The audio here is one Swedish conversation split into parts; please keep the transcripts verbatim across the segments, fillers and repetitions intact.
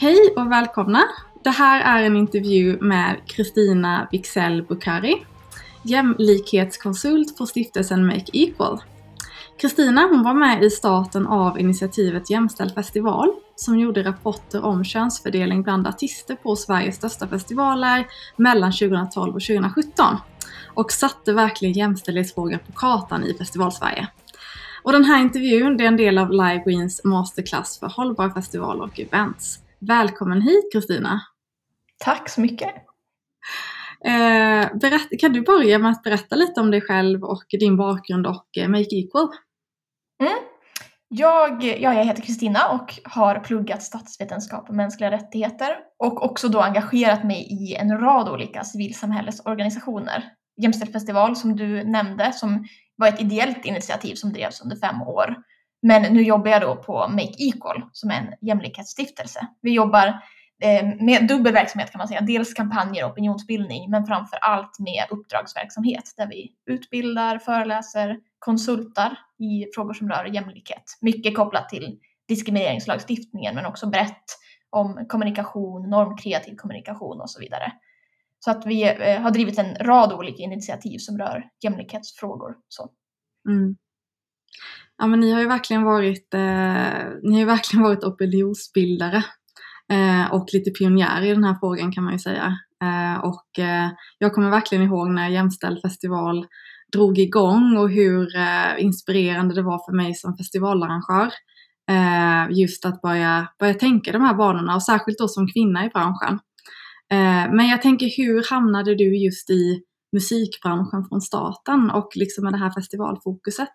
Hej och välkomna! Det här är en intervju med Kristina Wicksell Bukhari, jämlikhetskonsult på stiftelsen Make Equal. Kristina hon var med i starten av initiativet Jämställd festival som gjorde rapporter om könsfördelning bland artister på Sveriges största festivaler mellan tjugohundratolv och tjugosjutton och satte verkligen jämställdhetsfrågan på kartan i festivalsverige. Och den här intervjun det är en del av Live Greens masterclass för hållbara festivaler och events. Välkommen hit Kristina! Tack så mycket! Eh, berätt, kan du börja med att berätta lite om dig själv och din bakgrund och eh, Make Equal? Mm. Jag, ja, jag heter Kristina och har pluggat statsvetenskap och mänskliga rättigheter och också då engagerat mig i en rad olika civilsamhällesorganisationer. Jämställd festival som du nämnde som var ett ideellt initiativ som drevs under fem år. Men nu jobbar jag då på Make Equal som är en jämlikhetsstiftelse. Vi jobbar eh, med dubbel verksamhet kan man säga. Dels kampanjer och opinionsbildning men framför allt med uppdragsverksamhet där vi utbildar, föreläser, konsultar i frågor som rör jämlikhet. Mycket kopplat till diskrimineringslagstiftningen men också brett om kommunikation, normkreativ kommunikation och så vidare. Så att vi eh, har drivit en rad olika initiativ som rör jämlikhetsfrågor. Så. Mm. Ja, men ni har ju verkligen varit, eh, ni har ju verkligen varit opinionsbildare eh, och lite pionjärer i den här frågan kan man ju säga. Eh, och eh, jag kommer verkligen ihåg när Jämställd festival drog igång och hur eh, inspirerande det var för mig som festivalarrangör. Eh, just att börja, börja tänka de här banorna och särskilt då som kvinna i branschen. Eh, men jag tänker, hur hamnade du just i musikbranschen från starten och liksom med det här festivalfokuset?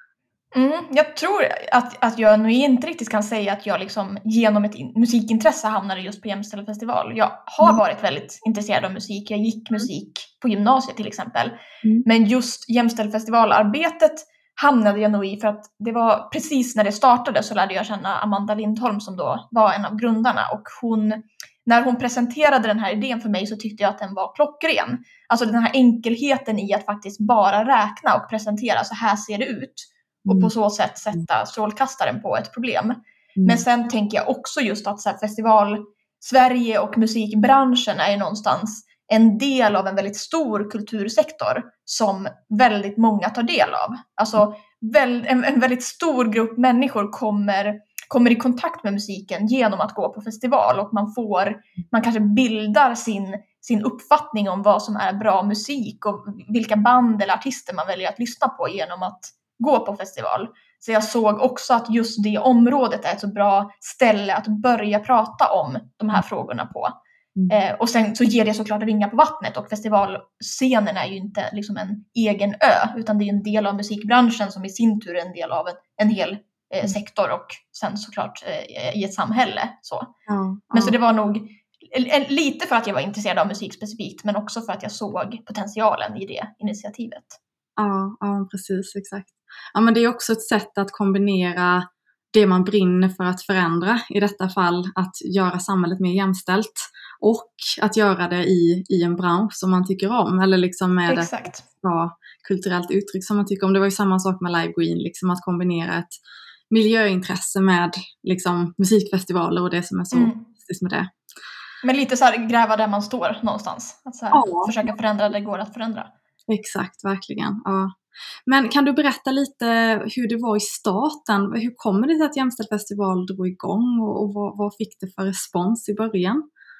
Mm, jag tror att, att jag nog inte riktigt kan säga att jag liksom genom ett in- musikintresse hamnade just på Jämställd festival. Jag har mm. varit väldigt intresserad av musik. Jag gick musik på gymnasiet till exempel. Mm. Men just Jämställd festivalarbetet hamnade jag nog i för att det var precis när det startade så lärde jag känna Amanda Lindholm som då var en av grundarna. Och hon, när hon presenterade den här idén för mig så tyckte jag att den var klockren. Alltså den här enkelheten i att faktiskt bara räkna och presentera, så här ser det ut. Och på så sätt sätta strålkastaren på ett problem. Mm. Men sen tänker jag också just att så här, festival Sverige och musikbranschen är ju någonstans en del av en väldigt stor kultursektor som väldigt många tar del av. Alltså väl, en, en väldigt stor grupp människor kommer, kommer i kontakt med musiken genom att gå på festival. Och man får, man kanske bildar sin, sin uppfattning om vad som är bra musik och vilka band eller artister man väljer att lyssna på genom att gå på festival. Så jag såg också att just det området är ett så bra ställe att börja prata om de här frågorna på. Mm. Eh, och sen så ger det såklart ringar på vattnet och festivalscenen är ju inte liksom en egen ö utan det är en del av musikbranschen som i sin tur är en del av en, en hel eh, sektor och sen såklart eh, i ett samhälle. Så. Mm. Mm. Men så det var nog eh, lite för att jag var intresserad av musik specifikt men också för att jag såg potentialen i det initiativet. Ja, ja, precis, exakt. Ja, men det är också ett sätt att kombinera det man brinner för att förändra, i detta fall att göra samhället mer jämställt och att göra det i, i en bransch som man tycker om eller liksom med exakt. Ett ja, kulturellt uttryck som man tycker om. Det var ju samma sak med Live Green, liksom att kombinera ett miljöintresse med liksom musikfestivaler och det som är så mm. med det. Men lite så här gräva där man står någonstans, att så här, ja. försöka förändra det går att förändra. Exakt, verkligen. Ja. Men kan du berätta lite hur det var i starten? Hur kommer det till att Jämställd festival drog igång och, och vad, vad fick det för respons i början?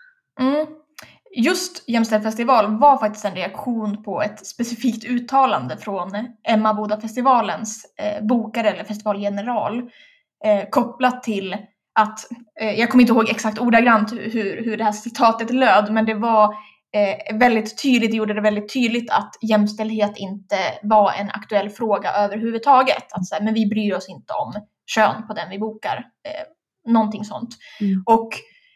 Mm. Just Jämställd festival var faktiskt en reaktion på ett specifikt uttalande från Emma Boda-festivalens eh, bokare eller festivalgeneral eh, kopplat till att, eh, jag kommer inte ihåg exakt ordagrant hur, hur det här citatet löd, men det var Eh, väldigt tydligt, det gjorde det väldigt tydligt att jämställdhet inte var en aktuell fråga överhuvudtaget. Att, så här, men vi bryr oss inte om kön på den vi bokar. Eh, någonting sånt. Mm. Och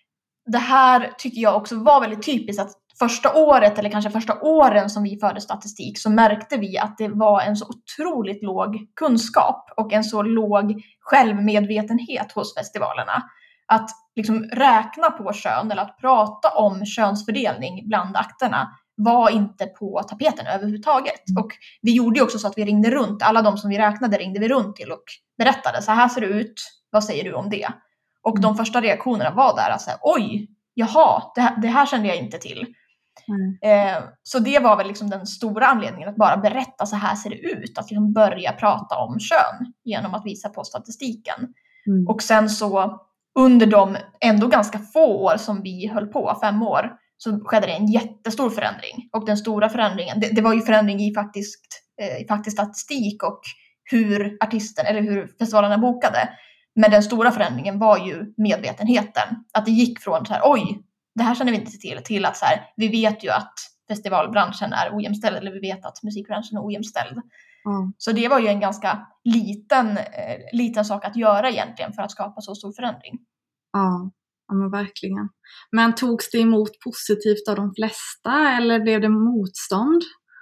det här tycker jag också var väldigt typiskt att första året eller kanske första åren som vi förde statistik så märkte vi att det var en så otroligt låg kunskap och en så låg självmedvetenhet hos festivalerna. Att liksom räkna på kön eller att prata om könsfördelning bland akterna var inte på tapeten överhuvudtaget. Och vi gjorde ju också så att vi ringde runt. Alla de som vi räknade ringde vi runt till och berättade. Så här ser det ut. Vad säger du om det? Och Mm. de första reaktionerna var där att säga, oj, jaha, det här, det här kände jag inte till. Mm. Eh, så det var väl liksom den stora anledningen, att bara berätta så här ser det ut. Att liksom börja prata om kön genom att visa på statistiken. Mm. Och sen så under de ändå ganska få år som vi höll på, fem år, så skedde det en jättestor förändring. Och den stora förändringen, det, det var ju förändring i faktisk, eh, i faktisk statistik och hur artisten, eller hur festivalerna bokade. Men den stora förändringen var ju medvetenheten. Att det gick från så här, oj, det här känner vi inte till, till att så här, vi vet ju att festivalbranschen är ojämställd, eller vi vet att musikbranschen är ojämställd. Mm. Så det var ju en ganska liten, eh, liten sak att göra egentligen för att skapa så stor förändring. Ja, ja men verkligen. Men togs det emot positivt av de flesta eller blev det motstånd?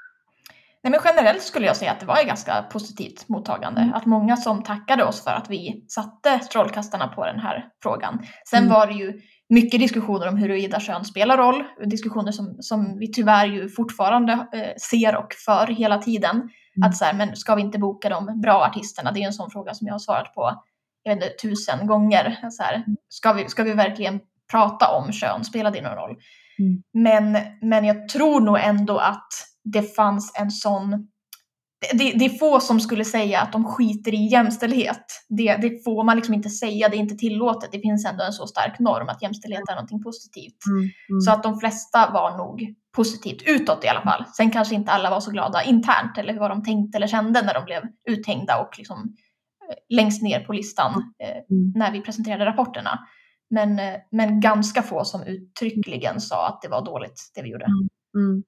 Nej, men generellt skulle jag säga att det var ett ganska positivt mottagande. Mm. Att många som tackade oss för att vi satte strålkastarna på den här frågan. Sen Mm. var det ju mycket diskussioner om huruvida kön spelar roll. Diskussioner som, som vi tyvärr ju fortfarande eh, ser och för hela tiden. Mm. Att så här, men ska vi inte boka de bra artisterna? Det är en sån fråga som jag har svarat på, jag vet inte, tusen gånger. Så här, ska, vi, ska vi verkligen prata om kön? Spelar det någon roll? Mm. Men, men jag tror nog ändå att det fanns en sån... Det, det är få som skulle säga att de skiter i jämställdhet. Det, det får man liksom inte säga, det är inte tillåtet. Det finns ändå en så stark norm att jämställdhet är någonting positivt. Mm. Mm. Så att de flesta var nog positivt utåt i alla fall. Sen kanske inte alla var så glada internt, eller vad de tänkte eller kände när de blev uthängda och liksom eh, längst ner på listan eh, Mm. när vi presenterade rapporterna. Men, eh, men ganska få som uttryckligen sa att det var dåligt det vi gjorde. Mm.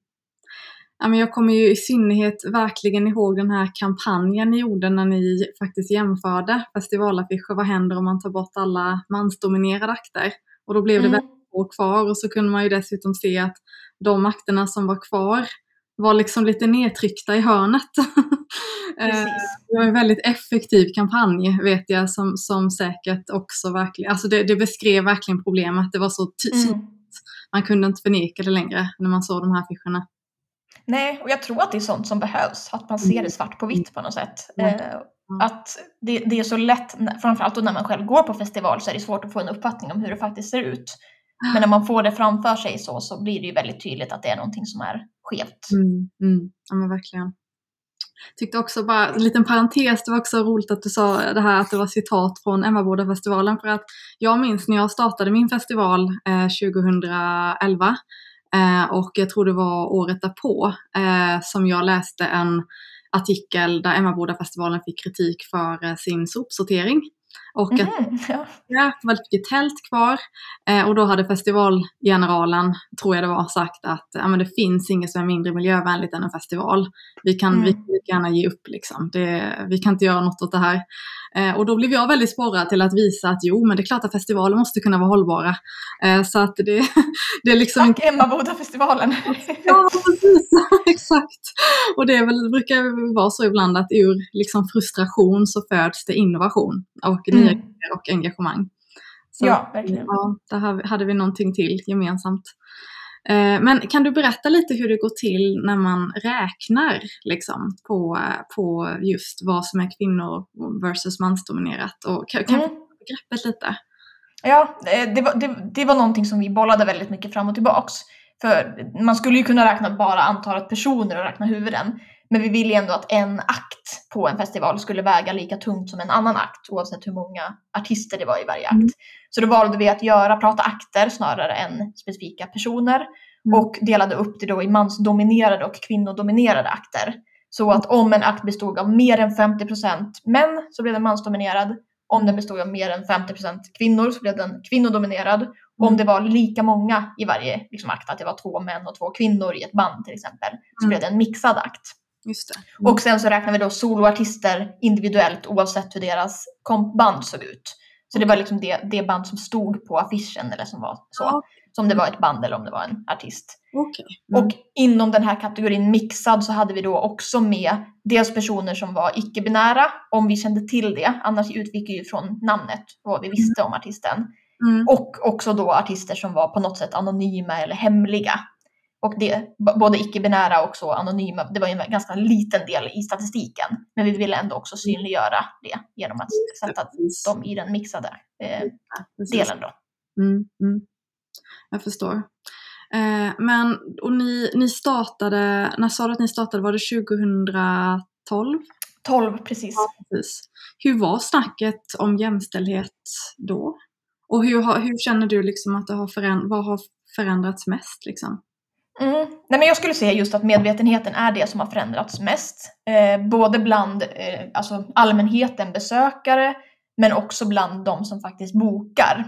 Ja, men jag kommer ju i synnerhet verkligen ihåg den här kampanjen ni gjorde när ni faktiskt jämförde festivalaffischer. Vad händer om man tar bort alla mansdominerade akter? Och då blev det Mm. väldigt få kvar, och så kunde man ju dessutom se att de akterna som var kvar var liksom lite nedtryckta i hörnet. Precis. Det var en väldigt effektiv kampanj, vet jag, som, som säkert också verkligen, alltså det, det beskrev verkligen problemet. Det var så tydligt, Mm. man kunde inte förneka det längre när man såg de här affischerna. Nej, och jag tror att det är sånt som behövs. Att man ser det svart på vitt på något sätt. Mm. Eh, att det, det är så lätt, framförallt då när man själv går på festival, så är det svårt att få en uppfattning om hur det faktiskt ser ut. Men när man får det framför sig så, så blir det ju väldigt tydligt att det är någonting som är skevt. Mm, mm. Ja men verkligen. Tyckte också bara, en liten parentes, det var också roligt att du sa det här att det var citat från Emmabodafestivalen, för att jag minns när jag startade min festival eh, tjugohundraelva eh, och jag tror det var året därpå eh, som jag läste en artikel där Emmabodafestivalen fick kritik för eh, sin sopsortering. Och att Mm, ja. det var väldigt mycket tält kvar eh, och då hade festivalgeneralen, tror jag det var, sagt att ja, men det finns inget som är mindre miljövänligt än en festival. Vi kan, Mm. vi kan gärna ge upp liksom. Det, vi kan inte göra något åt det här. Eh, och då blev jag väldigt sporrad till att visa att jo, men det är klart att festivaler måste kunna vara hållbara. Eh, så att det, det är liksom... Tack Emmabodafestivalen. Ja, precis. Exakt. Och det är väl, brukar vara så ibland att ur liksom frustration så föds det innovation och nya Mm. idéer och engagemang. Så, Ja, verkligen. ja, där hade vi någonting till gemensamt. Eh, men kan du berätta lite hur det går till när man räknar liksom, på, på just vad som är kvinnor versus mansdominerat? Och kan, kan Mm. du få begreppet lite? Ja, det var, det, det var någonting som vi bollade väldigt mycket fram och tillbaks. För man skulle ju kunna räkna bara antalet personer och räkna huvuden. Men vi ville ju ändå att en akt på en festival skulle väga lika tungt som en annan akt, oavsett hur många artister det var i varje akt. Mm. Så då valde vi att göra, prata akter snarare än specifika personer. Mm. Och delade upp det då i mansdominerade och kvinnodominerade akter. Så att om en akt bestod av mer än femtio procent män så blev den mansdominerad. Om den bestod av mer än femtio procent kvinnor så blev den kvinnodominerad. Mm. Om det var lika många i varje liksom, akt, att det var två män och två kvinnor i ett band till exempel, så Mm. blev det en mixad akt. Just det. Mm. Och sen så räknar vi då soloartister individuellt oavsett hur deras kompband såg ut. Så det var liksom det, det band som stod på affischen eller som var så. Ja. Som det var ett band eller om det var en artist. Okej. Mm. Och inom den här kategorin mixad så hade vi då också med dels personer som var icke-binära, om vi kände till det. Annars utgick ju från namnet vad vi visste om artisten. Mm. Och också då artister som var på något sätt anonyma eller hemliga. Och det, både icke-binära och så anonyma, det var ju en ganska liten del i statistiken. Men vi ville ändå också synliggöra det genom att sätta dem i den mixade eh, delen då. Mm, mm. Jag förstår. Eh, men, och ni, ni startade, när sa du att ni startade, var det tjugohundratolv? tolv, precis. Ja, precis. Hur var snacket om jämställdhet då? Och hur, har, hur känner du liksom att det har föränd- vad har förändrats mest liksom? Mm. Nej, men jag skulle säga just att medvetenheten är det som har förändrats mest. Eh, både bland eh, alltså allmänheten, besökare, men också bland de som faktiskt bokar.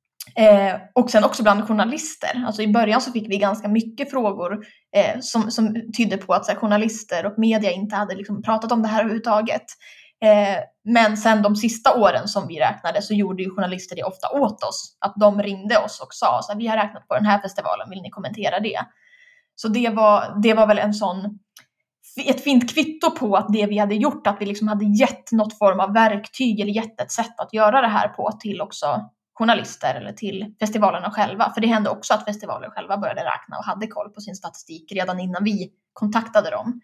Eh, och sen också bland journalister. Alltså i början så fick vi ganska mycket frågor eh, som, som tydde på att så här, journalister och media inte hade liksom pratat om det här överhuvudtaget. Eh, men sen de sista åren som vi räknade så gjorde ju journalister det ofta åt oss. Att de ringde oss och sa så här, vi har räknat på den här festivalen, vill ni kommentera det? Så det var, det var väl en sån, ett fint kvitto på att det vi hade gjort, att vi liksom hade gett något form av verktyg eller gett ett sätt att göra det här på till också journalister eller till festivalerna själva. För det hände också att festivaler själva började räkna och hade koll på sin statistik redan innan vi kontaktade dem.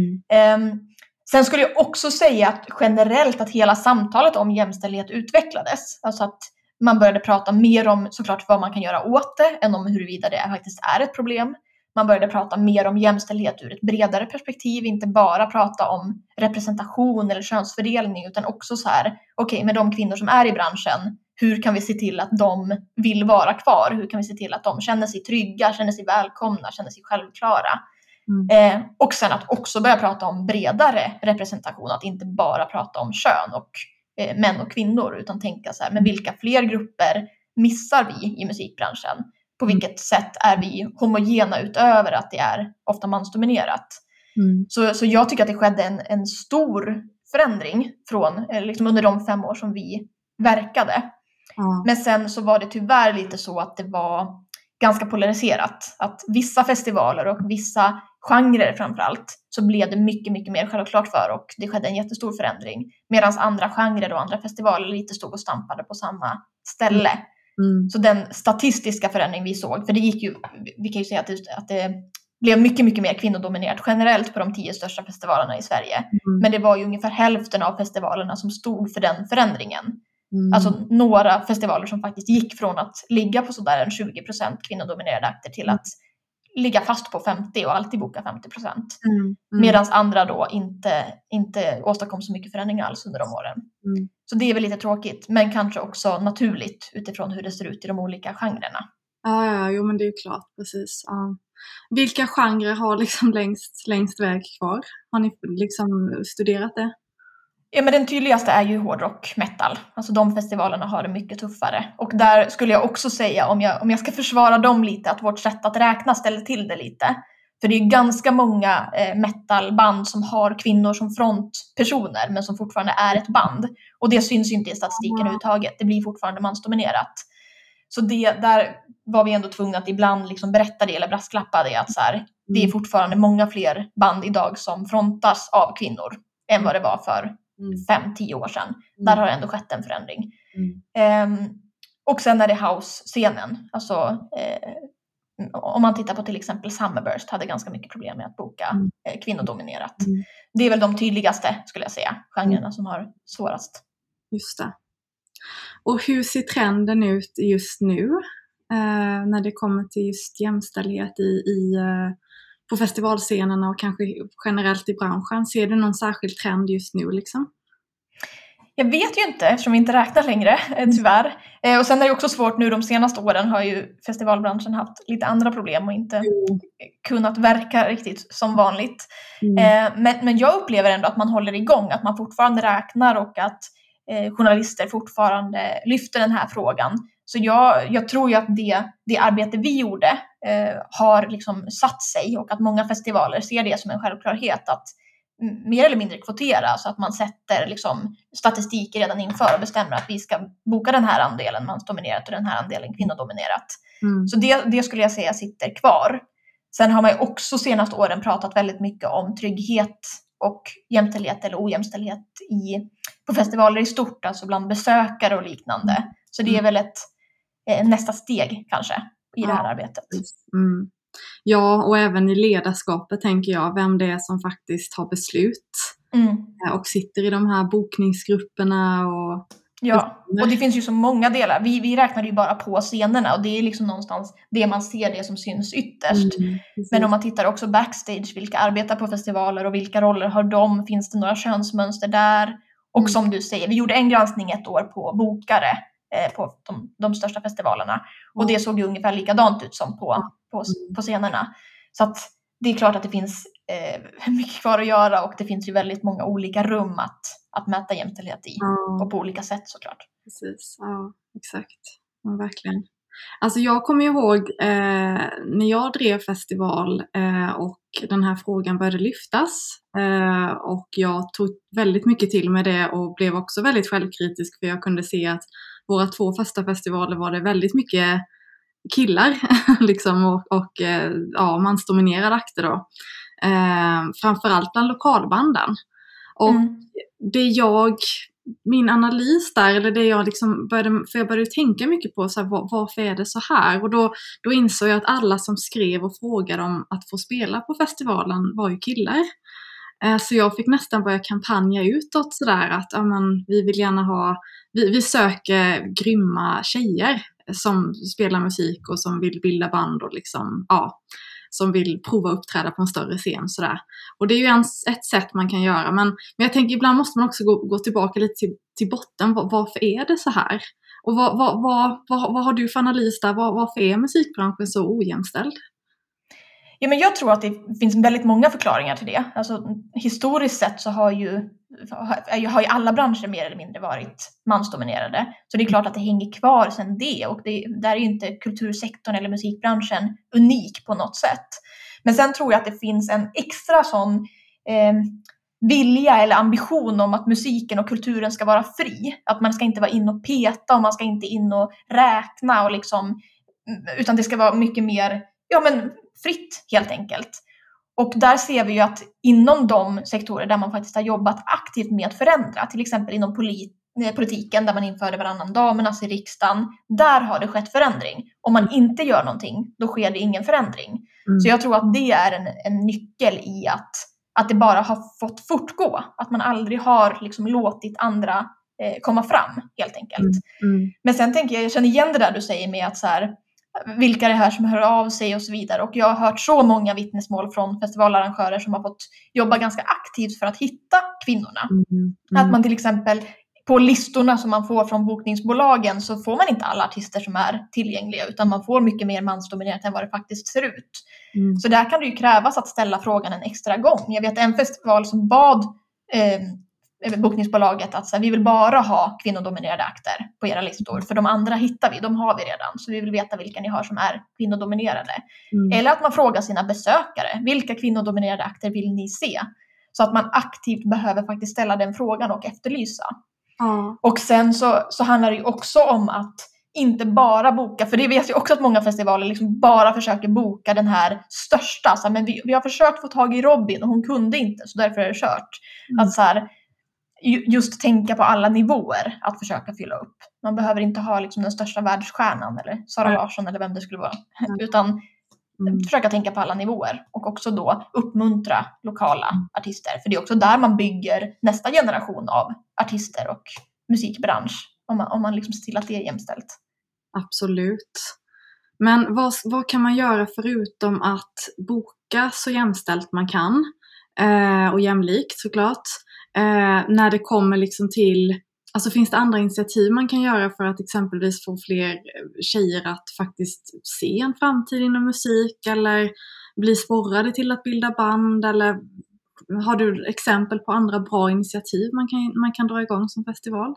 Mm. Um, sen skulle jag också säga att generellt att hela samtalet om jämställdhet utvecklades. Alltså att man började prata mer om såklart vad man kan göra åt det än om huruvida det faktiskt är ett problem. Man började prata mer om jämställdhet ur ett bredare perspektiv, inte bara prata om representation eller könsfördelning, utan också så här, okej, okay, med de kvinnor som är i branschen, hur kan vi se till att de vill vara kvar? Hur kan vi se till att de känner sig trygga, känner sig välkomna, känner sig självklara? Mm. Eh, och sen att också börja prata om bredare representation, att inte bara prata om kön och eh, män och kvinnor, utan tänka så här, men vilka fler grupper missar vi i musikbranschen? På vilket sätt är vi homogena utöver att det är ofta mansdominerat? Mm. Så, så jag tycker att det skedde en, en stor förändring från, liksom under de fem år som vi verkade. Mm. Men sen så var det tyvärr lite så att det var ganska polariserat. Att vissa festivaler och vissa genrer framförallt så blev det mycket, mycket mer självklart för, och det skedde en jättestor förändring. Medan andra genrer och andra festivaler lite stod och stampade på samma ställe. Mm. Mm. Så den statistiska förändring vi såg, för det gick ju, vi kan ju säga att det, att det blev mycket, mycket mer kvinnodominerat generellt på de tio största festivalerna i Sverige. Mm. Men det var ju ungefär hälften av festivalerna som stod för den förändringen. Mm. Alltså några festivaler som faktiskt gick från att ligga på sådär en tjugo procent kvinnodominerade akter till att ligga fast på femtio och alltid boka femtio procent. Mm. Mm. Medan andra då inte, inte åstadkom så mycket förändring alls under de åren. Mm. Så det är väl lite tråkigt, men kanske också naturligt utifrån hur det ser ut i de olika genrerna. Ja, ja, jo men det är klart, precis. Ja. Vilka genrer har liksom längst, längst väg kvar? Har ni liksom studerat det? Ja, men den tydligaste är ju hårdrock, metal. Alltså de festivalerna har det mycket tuffare. Och där skulle jag också säga, om jag, om jag ska försvara dem lite, att vårt sätt att räkna ställer till det lite. För det är ganska många eh, metalband som har kvinnor som frontpersoner, men som fortfarande är ett band. Och det syns ju inte i statistiken överhuvudtaget. Det blir fortfarande mansdominerat. Så det, där var vi ändå tvungna att ibland liksom berätta det eller brasklappa det. Att så här, det är fortfarande många fler band idag som frontas av kvinnor än vad det var för fem, tio år sedan. Mm. Där har det ändå skett en förändring. Mm. Um, och sen är det house-scenen. Alltså, eh, om man tittar på till exempel Summerburst hade ganska mycket problem med att boka mm. eh, kvinnodominerat. Mm. Det är väl de tydligaste, skulle jag säga, genrerna mm. som har svårast. Just det. Och hur ser trenden ut just nu eh, när det kommer till just jämställdhet i, i eh, på festivalscenerna och kanske generellt i branschen? Ser du någon särskild trend just nu liksom? Jag vet ju inte, eftersom vi inte räknar längre, tyvärr. Eh, och sen är det också svårt nu, de senaste åren har ju festivalbranschen haft lite andra problem och inte mm. kunnat verka riktigt som vanligt. Mm. Eh, men, men jag upplever ändå att man håller igång, att man fortfarande räknar och att eh, journalister fortfarande lyfter den här frågan. Så jag, jag tror ju att det, det arbete vi gjorde eh, har liksom satt sig, och att många festivaler ser det som en självklarhet att mer eller mindre kvotera, så att man sätter liksom statistik redan inför och bestämmer att vi ska boka den här andelen mansdominerat och den här andelen kvinnodominerat. Mm. Så det, det skulle jag säga sitter kvar. Sen har man ju också senaste åren pratat väldigt mycket om trygghet och jämställdhet eller ojämställdhet i, på festivaler i stort, alltså bland besökare och liknande. Så det är väl ett eh, nästa steg kanske i ja. det här arbetet. Mm. Ja, och även i ledarskapet tänker jag, vem det är som faktiskt har beslut Mm. och sitter i de här bokningsgrupperna och... Ja, och det finns ju så många delar. Vi, vi räknar ju bara på scenerna och det är liksom någonstans det man ser, det som syns ytterst. Mm, Men om man tittar också backstage, vilka arbetar på festivaler och vilka roller har de? Finns det några könsmönster där? Och Mm. som du säger, vi gjorde en granskning ett år på bokare eh, på de, de största festivalerna. Och det såg ju ungefär likadant ut som på, på, på scenerna. Så att det är klart att det finns eh, mycket kvar att göra och det finns ju väldigt många olika rum att, att mäta jämställdhet i. Ja. Och på olika sätt såklart. Precis, ja exakt. Ja, verkligen. Alltså jag kommer ihåg eh, när jag drev festival eh, och den här frågan började lyftas eh, och jag tog väldigt mycket till med det och blev också väldigt självkritisk för jag kunde se att våra två första festivaler var det väldigt mycket killar liksom och, och eh, ja, mansdominerade akter då. Eh, framförallt bland lokalbanden. Och Mm. det jag, min analys där, eller det jag liksom började, för jag började tänka mycket på så här, var, varför är det så här? Och då, då insåg jag att alla som skrev och frågade om att få spela på festivalen var ju killar. Eh, så jag fick nästan börja kampanja utåt sådär att ja, men, vi vill gärna ha, vi, vi söker grymma tjejer som spelar musik och som vill bilda band och liksom, ja, som vill prova uppträda på en större scen sådär. Och det är ju en, ett sätt man kan göra. Men, men jag tänker ibland måste man också gå, gå tillbaka lite till, till botten. Var, varför är det så här? Och vad, vad, vad, vad, vad har du för analys där? Var, varför är musikbranschen så ojämställd? Ja, men jag tror att det finns väldigt många förklaringar till det. Alltså, historiskt sett så har ju, har ju alla branscher mer eller mindre varit mansdominerade. Så det är klart att det hänger kvar sedan det. Och det, där är ju inte kultursektorn eller musikbranschen unik på något sätt. Men sen tror jag att det finns en extra sån eh, vilja eller ambition om att musiken och kulturen ska vara fri. Att man ska inte vara in och peta och man ska inte in och räkna. Och liksom, utan det ska vara mycket mer... Ja, men fritt helt enkelt. Och där ser vi ju att inom de sektorer där man faktiskt har jobbat aktivt med att förändra, till exempel inom polit- politiken där man införde varannan damernas i riksdagen, där har det skett förändring. Om man inte gör någonting, då sker det ingen förändring. Mm. Så jag tror att det är en, en nyckel i att, att det bara har fått fortgå. Att man aldrig har liksom låtit andra eh, komma fram helt enkelt. Mm. Mm. Men sen tänker jag, jag känner igen det där du säger med att så här, vilka är det här som hör av sig och så vidare. Och jag har hört så många vittnesmål från festivalarrangörer som har fått jobba ganska aktivt för att hitta kvinnorna. Mm, mm. Att man till exempel på listorna som man får från bokningsbolagen så får man inte alla artister som är tillgängliga utan man får mycket mer mansdominerat än vad det faktiskt ser ut. Mm. Så där kan det ju krävas att ställa frågan en extra gång. Jag vet en festival som bad eh, bokningsbolaget att så här, vi vill bara ha kvinnodominerade akter på era listor. För de andra hittar vi, de har vi redan. Så vi vill veta vilka ni har som är kvinnodominerade. Mm. Eller att man frågar sina besökare, vilka kvinnodominerade akter vill ni se? Så att man aktivt behöver faktiskt ställa den frågan och efterlysa. Mm. Och sen så, så handlar det ju också om att inte bara boka, för det vet jag också att många festivaler liksom bara försöker boka den här största. Så här, men vi, vi har försökt få tag i Robin och hon kunde inte, så därför är det kört. Mm. Att så här, just tänka på alla nivåer att försöka fylla upp. Man behöver inte ha liksom den största världsstjärnan eller Sara mm. Larsson eller vem det skulle vara. Mm. Utan mm. försöka tänka på alla nivåer. Och också då uppmuntra lokala mm. artister. För det är också där man bygger nästa generation av artister och musikbransch. Om man, om man liksom ser till att det är jämställt. Absolut. Men vad, vad kan man göra förutom att boka så jämställt man kan? Eh, och jämlikt såklart. Eh, när det kommer liksom till, alltså finns det andra initiativ man kan göra för att exempelvis få fler tjejer att faktiskt se en framtid inom musik eller bli sporrade till att bilda band, eller har du exempel på andra bra initiativ man kan, man kan dra igång som festival?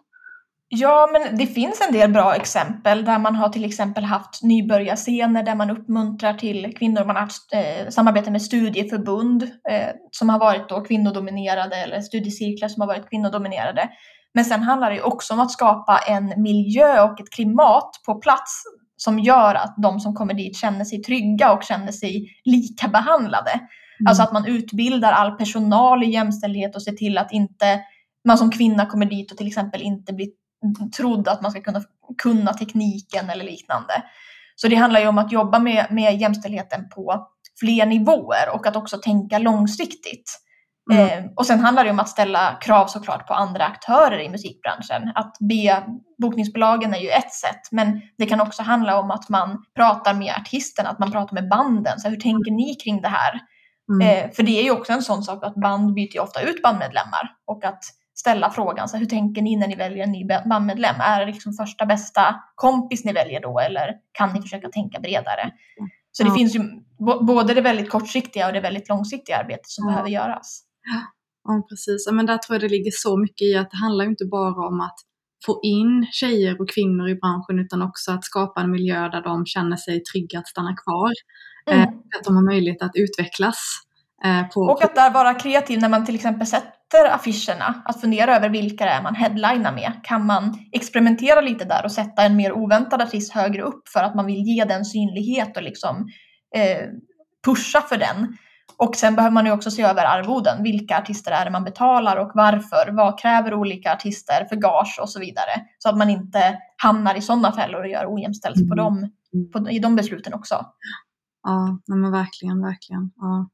Ja, men det finns en del bra exempel där man har till exempel haft nybörjarscener där man uppmuntrar till kvinnor. Man har haft eh, samarbete med studieförbund eh, som har varit då kvinnodominerade eller studiecirklar som har varit kvinnodominerade. Men sen handlar det också om att skapa en miljö och ett klimat på plats som gör att de som kommer dit känner sig trygga och känner sig lika behandlade. Mm. Alltså att man utbildar all personal i jämställdhet och ser till att inte man som kvinna kommer dit och till exempel inte blir trodd att man ska kunna kunna tekniken eller liknande. Så det handlar ju om att jobba med, med jämställdheten på fler nivåer och att också tänka långsiktigt. Mm. Eh, och sen handlar det om att ställa krav såklart på andra aktörer i musikbranschen. Att be bokningsbolagen är ju ett sätt, men det kan också handla om att man pratar med artisterna, att man pratar med banden. Så hur tänker ni kring det här? Mm. Eh, för det är ju också en sån sak att band byter ju ofta ut bandmedlemmar, och att ställa frågan, så hur tänker ni när ni väljer en ny bandmedlem? Är det liksom första bästa kompis ni väljer då, eller kan ni försöka tänka bredare? Så det ja. finns ju b- både det väldigt kortsiktiga och det väldigt långsiktiga arbetet som ja. behöver göras. Ja, precis. Men där tror jag det ligger så mycket i att det handlar ju inte bara om att få in tjejer och kvinnor i branschen, utan också att skapa en miljö där de känner sig trygga att stanna kvar. Mm. Eh, att de har möjlighet att utvecklas. Eh, på, och att där vara kreativ när man till exempel sätter affischerna. Att fundera över vilka det är man headlinar med. Kan man experimentera lite där och sätta en mer oväntad artist högre upp för att man vill ge den synlighet och liksom eh, pusha för den. Och sen behöver man ju också se över arvoden. Vilka artister är det man betalar och varför? Vad kräver olika artister för gage och så vidare. Så att man inte hamnar i sådana fällor och gör ojämställt mm. på dem, på, i de besluten också. Ja, men verkligen, verkligen. Ja.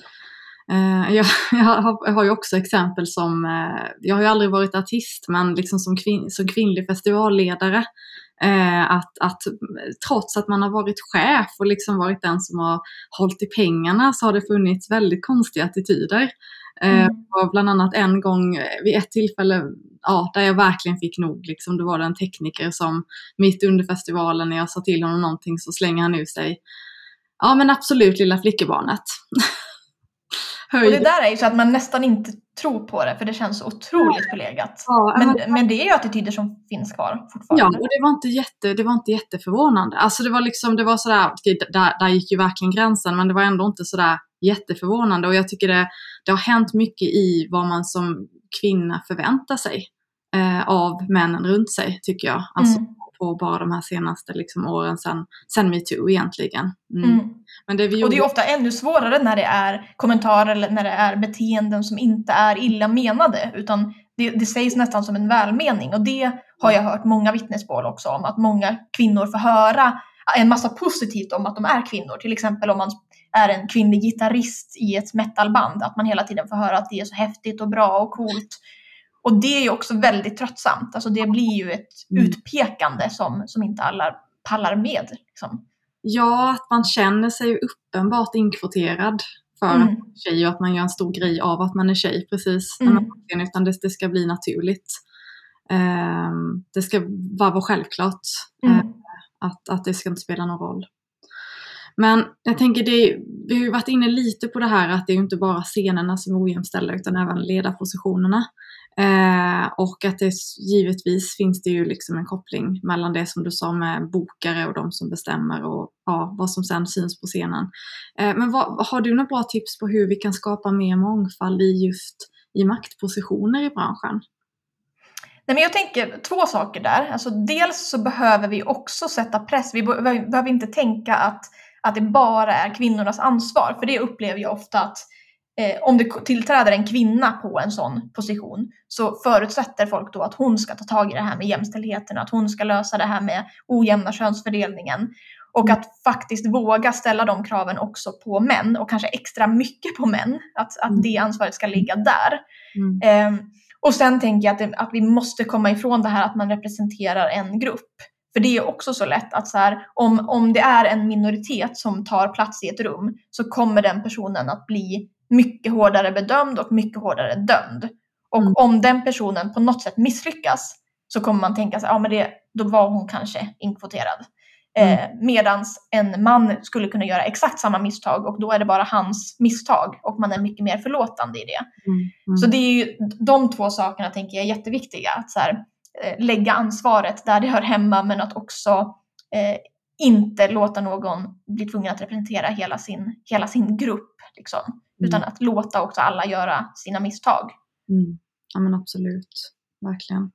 Uh, jag, jag, har, jag har ju också exempel som, uh, jag har ju aldrig varit artist, men liksom som, kvin, som kvinnlig festivalledare, uh, att, att trots att man har varit chef och liksom varit den som har hållit i pengarna, så har det funnits väldigt konstiga attityder. Uh, mm. Och bland annat en gång vid ett tillfälle, ja, där jag verkligen fick nog, liksom, det var det en tekniker som mitt under festivalen, när jag sa till honom någonting, så slänger han ut sig: ja, men absolut, lilla flickebarnet. Och det där är ju så att man nästan inte tror på det, för det känns så otroligt förlegat. Ja, men, men, men det är ju attityder som finns kvar fortfarande. Ja, och det var inte, jätte, det var inte jätteförvånande. Alltså det var liksom, det var sådär, där, där gick ju verkligen gränsen, men det var ändå inte sådär jätteförvånande. Och jag tycker det, det har hänt mycket i vad man som kvinna förväntar sig eh, av männen runt sig, tycker jag. Alltså mm. på bara de här senaste liksom, åren sen, sen MeToo egentligen. Mm. Mm. Men det vi gjorde... Och det är ofta ännu svårare när det är kommentarer eller när det är beteenden som inte är illa menade, utan det, det sägs nästan som en välmening. Och det har jag hört många vittnesmål också om, att många kvinnor får höra en massa positivt om att de är kvinnor. Till exempel om man är en kvinnlig gitarrist i ett metalband, att man hela tiden får höra att det är så häftigt och bra och coolt. Och det är ju också väldigt tröttsamt. Alltså det blir ju ett mm. utpekande som, som inte alla pallar med. Liksom. Ja, att man känner sig uppenbart inkvoterad för mm. tjej, och att man gör en stor grej av att man är tjej, precis. Mm. Man, utan det, det ska bli naturligt. Um, det ska vara, vara självklart mm. uh, att, att det ska inte spela någon roll. Men jag tänker, det, vi har ju varit inne lite på det här att det är ju inte bara scenerna som är ojämställda, utan även ledarpositionerna. Eh, och att det givetvis finns det ju liksom en koppling mellan det som du sa med bokare och de som bestämmer och ja, vad som sen syns på scenen. Eh, men vad, har du några bra tips på hur vi kan skapa mer mångfald i just i maktpositioner i branschen? Nej, men jag tänker två saker där. Alltså, dels så behöver vi också sätta press. Vi behöver inte tänka att, att det bara är kvinnornas ansvar. För det upplever jag ofta att eh, om det tillträder en kvinna på en sån position, så förutsätter folk då att hon ska ta tag i det här med jämställdheten. Att hon ska lösa det här med ojämna könsfördelningen. Och att faktiskt våga ställa de kraven också på män. Och kanske extra mycket på män. Att, att det ansvaret ska ligga där. Mm. Eh, Och sen tänker jag att, det, att vi måste komma ifrån det här att man representerar en grupp. För det är också så lätt att så här, om, om det är en minoritet som tar plats i ett rum, så kommer den personen att bli mycket hårdare bedömd och mycket hårdare dömd. Och mm. om den personen på något sätt misslyckas, så kommer man tänka sig, ja men det, då var hon kanske inkvoterad. Mm. Eh, medans en man skulle kunna göra exakt samma misstag, och då är det bara hans misstag och man är mycket mer förlåtande i det. Mm. Mm. Så det är ju de två sakerna, tänker jag, är jätteviktiga. Att så här, eh, lägga ansvaret där det hör hemma, men att också eh, inte låta någon bli tvungen att representera hela sin, hela sin grupp. Liksom. Mm. Utan att låta också alla göra sina misstag. Mm. Ja men absolut, verkligen.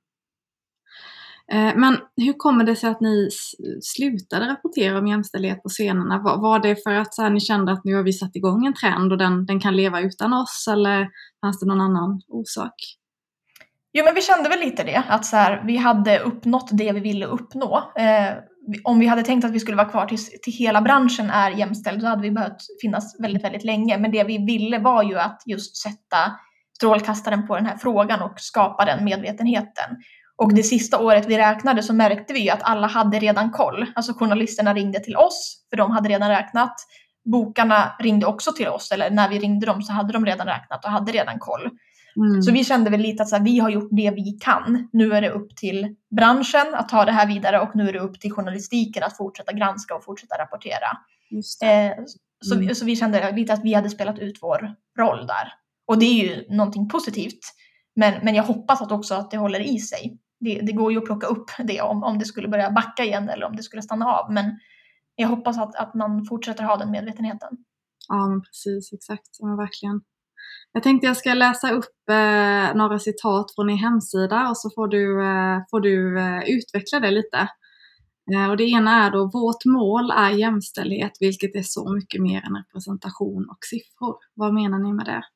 Men hur kommer det sig att ni slutade rapportera om jämställdhet på scenerna? Var, var det för att så här, ni kände att nu har vi satt igång en trend och den, den kan leva utan oss? Eller fanns det någon annan orsak? Jo, men vi kände väl lite det. Att så här, vi hade uppnått det vi ville uppnå. Eh, om vi hade tänkt att vi skulle vara kvar tills till hela branschen är jämställd, då hade vi behövt finnas väldigt, väldigt länge. Men det vi ville var ju att just sätta strålkastaren på den här frågan och skapa den medvetenheten. Och det sista året vi räknade så märkte vi ju att alla hade redan koll. Alltså journalisterna ringde till oss, för de hade redan räknat. Bokarna ringde också till oss, eller när vi ringde dem så hade de redan räknat och hade redan koll. Mm. Så vi kände väl lite att så här, vi har gjort det vi kan. Nu är det upp till branschen att ta det här vidare, och nu är det upp till journalistiken att fortsätta granska och fortsätta rapportera. Eh, så, mm. så vi kände lite att vi hade spelat ut vår roll där. Och det är ju någonting positivt. Men, men jag hoppas att också att det håller i sig. Det, det går ju att plocka upp det om, om det skulle börja backa igen eller om det skulle stanna av. Men jag hoppas att, att man fortsätter ha den medvetenheten. Ja, men precis. Exakt. Ja, verkligen. Jag tänkte jag ska läsa upp eh, några citat från er hemsida, och så får du, eh, får du eh, utveckla det lite. Eh, och det ena är då: vårt mål är jämställdhet, vilket är så mycket mer än representation och siffror. Vad menar ni med det?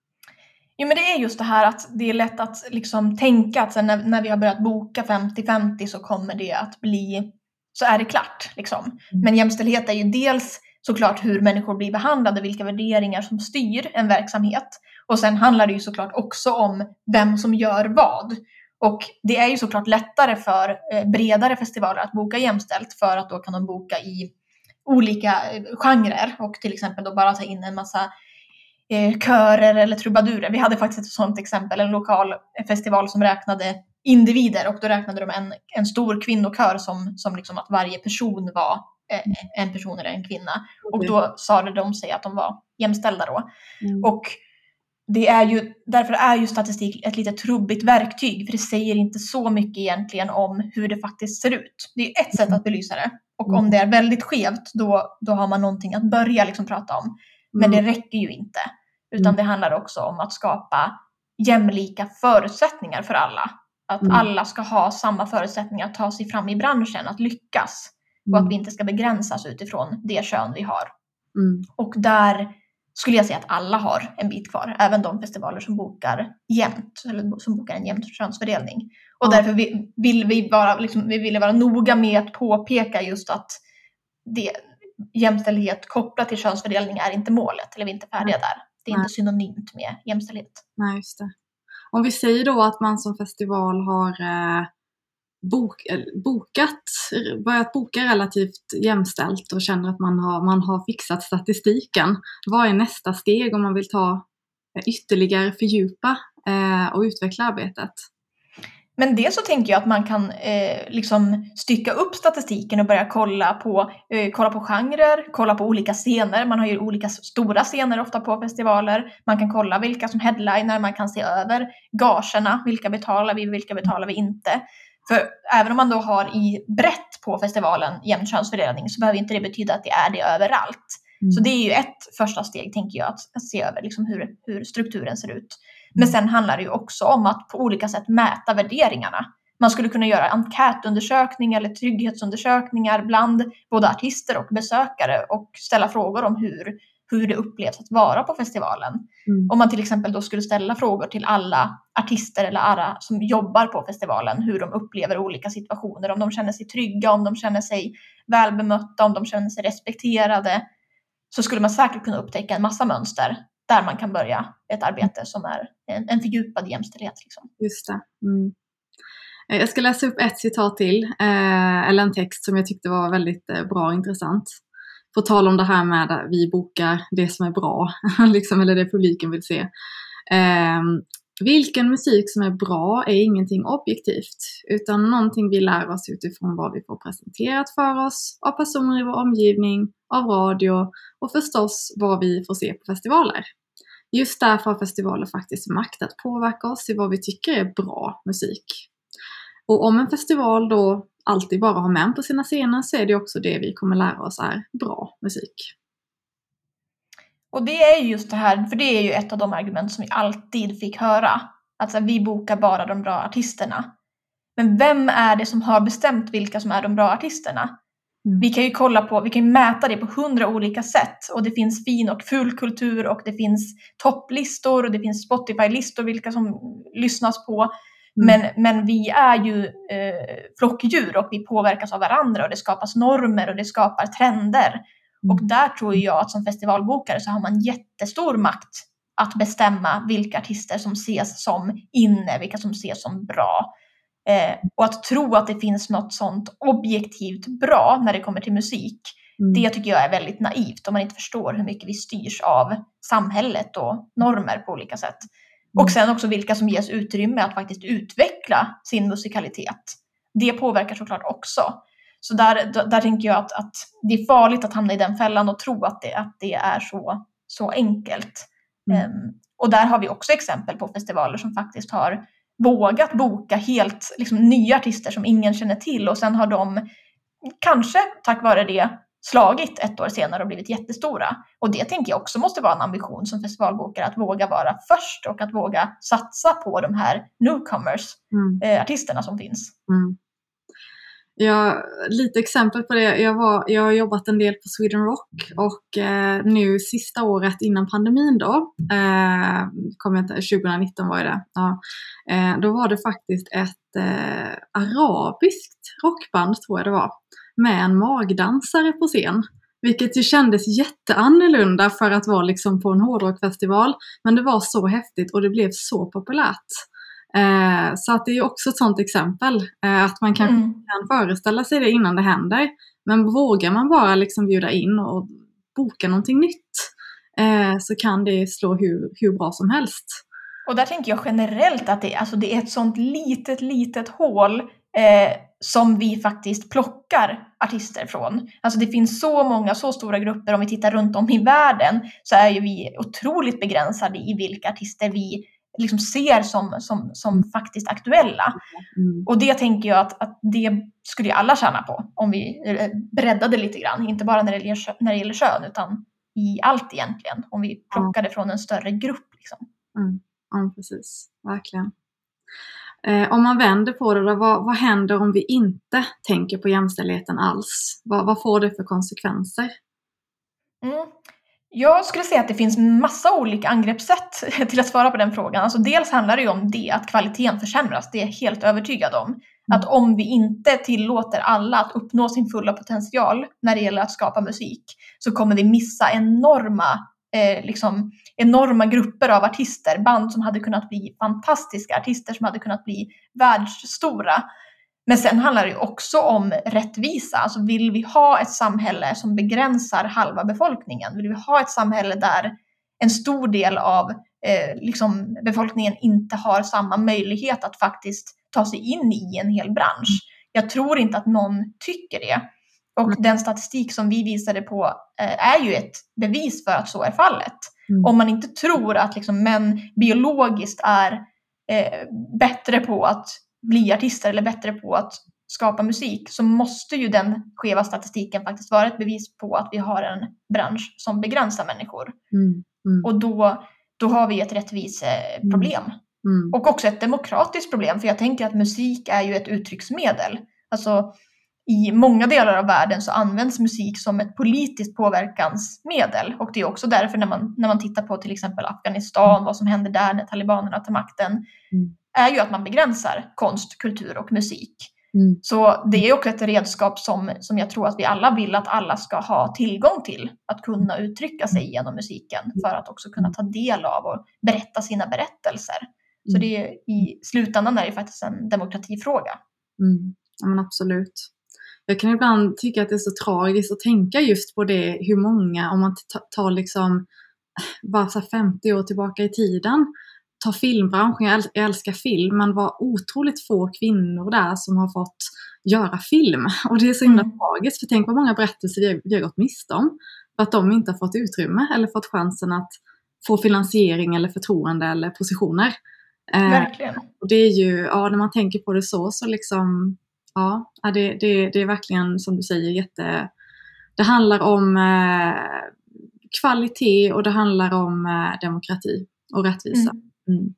Jo, men det är just det här att det är lätt att liksom tänka att sen när, när vi har börjat boka femtio femtio så kommer det att bli, så är det klart liksom. Mm. Men jämställdhet är ju dels såklart hur människor blir behandlade, vilka värderingar som styr en verksamhet. Och sen handlar det ju såklart också om vem som gör vad. Och det är ju såklart lättare för eh, bredare festivaler att boka jämställt, för att då kan de boka i olika eh, genrer och till exempel då bara ta in en massa eh, körer eller trubadurer. Vi hade faktiskt ett sådant exempel, en lokal festival som räknade individer, och då räknade de en, en stor kvinnokör som, som liksom att varje person var en person eller en kvinna. Okay. Och då sa de sig att de var jämställda då. Mm. Och det är ju, därför är ju statistik ett lite trubbigt verktyg, för det säger inte så mycket egentligen om hur det faktiskt ser ut. Det är ett sätt att belysa det. Och mm. om det är väldigt skevt, då, då har man någonting att börja liksom prata om. Men mm. det räcker ju inte. Utan mm. det handlar också om att skapa jämlika förutsättningar för alla. Att mm. alla ska ha samma förutsättningar att ta sig fram i branschen, att lyckas. Och att vi inte ska begränsas utifrån det kön vi har. Mm. Och där skulle jag säga att alla har en bit kvar. Även de festivaler som bokar jämnt. Eller som bokar en jämnt könsfördelning. Och mm. därför vill vi, vara, liksom, vi ville vara noga med att påpeka just att det, jämställdhet kopplat till könsfördelning är inte målet. Eller vi är inte färdiga där. Det är Nej. inte synonymt med jämställdhet. Nej, just det. Om vi säger då att man som festival har... Eh... Bok, bokat, börjat boka relativt jämställt och känner att man har, man har fixat statistiken. Vad är nästa steg om man vill ta ytterligare fördjupa eh, och utveckla arbetet? Men det så tänker jag att man kan eh, liksom stycka upp statistiken och börja kolla på, eh, kolla på genrer, kolla på olika scener. Man har ju olika stora scener ofta på festivaler. Man kan kolla vilka som headliner, man kan se över gagerna, vilka betalar vi, vilka betalar vi inte. För även om man då har i brett på festivalen jämn könsfördelning, så behöver inte det betyda att det är det överallt. Mm. Så det är ju ett första steg, tänker jag, att, att se över liksom hur, hur strukturen ser ut. Men sen handlar det ju också om att på olika sätt mäta värderingarna. Man skulle kunna göra enkätundersökningar eller trygghetsundersökningar bland både artister och besökare och ställa frågor om hur, hur det upplevs att vara på festivalen. Mm. Om man till exempel då skulle ställa frågor till alla artister eller alla som jobbar på festivalen, hur de upplever olika situationer, om de känner sig trygga, om de känner sig välbemötta, om de känner sig respekterade, så skulle man säkert kunna upptäcka en massa mönster där man kan börja ett arbete som är en, en fördjupad jämställdhet. Liksom. Just det. Mm. Jag ska läsa upp ett citat till, eh, eller en text som jag tyckte var väldigt eh, bra och intressant. På tal om det här med att vi bokar det som är bra, liksom, eller det publiken vill se. Eh, vilken musik som är bra är ingenting objektivt, utan någonting vi lär oss utifrån vad vi får presenterat för oss av personer i vår omgivning, av radio och förstås vad vi får se på festivaler. Just därför har festivaler faktiskt makt att påverka oss i vad vi tycker är bra musik. Och om en festival då alltid bara har män på sina scener, så är det också det vi kommer lära oss är bra musik. Och det är just det här, för det är ju ett av de argument som vi alltid fick höra. Alltså vi bokar bara de bra artisterna. Men vem är det som har bestämt vilka som är de bra artisterna? Mm. Vi kan ju kolla på, vi kan ju mäta det på hundra olika sätt. Och det finns fin och ful kultur och det finns topplistor och det finns Spotify-listor vilka som lyssnas på. Men, men vi är ju eh, flockdjur och vi påverkas av varandra och det skapas normer och det skapar trender. Mm. Och där tror jag att som festivalbokare så har man jättestor makt att bestämma vilka artister som ses som inne, vilka som ses som bra. Eh, och att tro att det finns något sånt objektivt bra när det kommer till musik, mm. det tycker jag är väldigt naivt om man inte förstår hur mycket vi styrs av samhället och normer på olika sätt. Mm. Och sen också vilka som ges utrymme att faktiskt utveckla sin musikalitet. Det påverkar såklart också. Så där, där, där tänker jag att, att det är farligt att hamna i den fällan och tro att det, att det är så, så enkelt. Mm. Um, och där har vi också exempel på festivaler som faktiskt har vågat boka helt liksom, nya artister som ingen känner till. Och sen har de kanske tack vare det slagit ett år senare och blivit jättestora. Och det tänker jag också måste vara en ambition som festivalbokare, att våga vara först och att våga satsa på de här newcomers, mm. eh, artisterna som finns. Mm. Ja, lite exempel på det. Jag, var, jag har jobbat en del på Sweden Rock och eh, nu sista året innan pandemin då, eh, kom jag inte, tjugonitton var det, ja, eh, då var det faktiskt ett eh, arabiskt rockband tror jag det var, med en magdansare på scen. Vilket ju kändes jätteannorlunda för att vara liksom på en hårdrockfestival, men det var så häftigt och det blev så populärt. Eh, så att det är också ett sånt exempel, eh, att man kanske mm. kan föreställa sig det innan det händer, men vågar man bara liksom bjuda in och boka någonting nytt, eh, så kan det slå hur, hur bra som helst. Och där tänker jag generellt att det, alltså det är ett sånt litet, litet hål eh, som vi faktiskt plockar artister från. Alltså det finns så många, så stora grupper, om vi tittar runt om i världen så är ju vi otroligt begränsade i vilka artister vi liksom ser som, som, som faktiskt aktuella. Mm. Och det tänker jag att, att det skulle ju alla tjäna på om vi breddade lite grann. Inte bara när det gäller, när det gäller kön utan i allt egentligen. Om vi plockade ja. från en större grupp. Liksom. Mm. Ja, precis. Verkligen. Eh, om man vänder på det då, vad, vad händer om vi inte tänker på jämställdheten alls? Vad, vad får det för konsekvenser? Mm. Jag skulle säga att det finns massa olika angreppssätt till att svara på den frågan. Alltså dels handlar det ju om det, att kvaliteten försämras. Det är jag helt övertygad om. Mm. Att om vi inte tillåter alla att uppnå sin fulla potential när det gäller att skapa musik, så kommer vi missa enorma, eh, liksom, enorma grupper av artister. Band som hade kunnat bli fantastiska, artister som hade kunnat bli världsstora. Men sen handlar det också om rättvisa. Alltså vill vi ha ett samhälle som begränsar halva befolkningen? Vill vi ha ett samhälle där en stor del av eh, liksom befolkningen inte har samma möjlighet att faktiskt ta sig in i en hel bransch? Jag tror inte att någon tycker det. Och den statistik som vi visade på eh, är ju ett bevis för att så är fallet. Mm. Om man inte tror att liksom, män biologiskt är eh, bättre på att bli artister eller bättre på att skapa musik, så måste ju den skeva statistiken faktiskt vara ett bevis på att vi har en bransch som begränsar människor. Mm. Mm. Och då, då har vi ett rättviseproblem. Mm. Och också ett demokratiskt problem, för jag tänker att musik är ju ett uttrycksmedel. Alltså i många delar av världen så används musik som ett politiskt påverkansmedel. Och det är också därför när man, när man tittar på till exempel Afghanistan, vad som händer där när talibanerna tar makten, mm. är ju att man begränsar konst, kultur och musik. Mm. Så det är också ett redskap som, som jag tror att vi alla vill att alla ska ha tillgång till. Att kunna uttrycka sig genom musiken för att också kunna ta del av och berätta sina berättelser. Mm. Så det är, i slutändan är det faktiskt en demokratifråga. Mm. Ja, men absolut. Jag kan ibland tycka att det är så tragiskt att tänka just på det, hur många, om man tar liksom bara så femtio år tillbaka i tiden, ta filmbranschen, jag älskar film, men var otroligt få kvinnor där som har fått göra film. Och det är så himla mm. tragiskt, för tänk vad många berättelser vi har gått miste om för att de inte har fått utrymme eller fått chansen att få finansiering eller förtroende eller positioner. Verkligen. Eh, och det är ju, ja, när man tänker på det så, så liksom, ja, det, det, det är verkligen som du säger jätte, det handlar om eh, kvalitet och det handlar om eh, demokrati och rättvisa. Mm. Mm.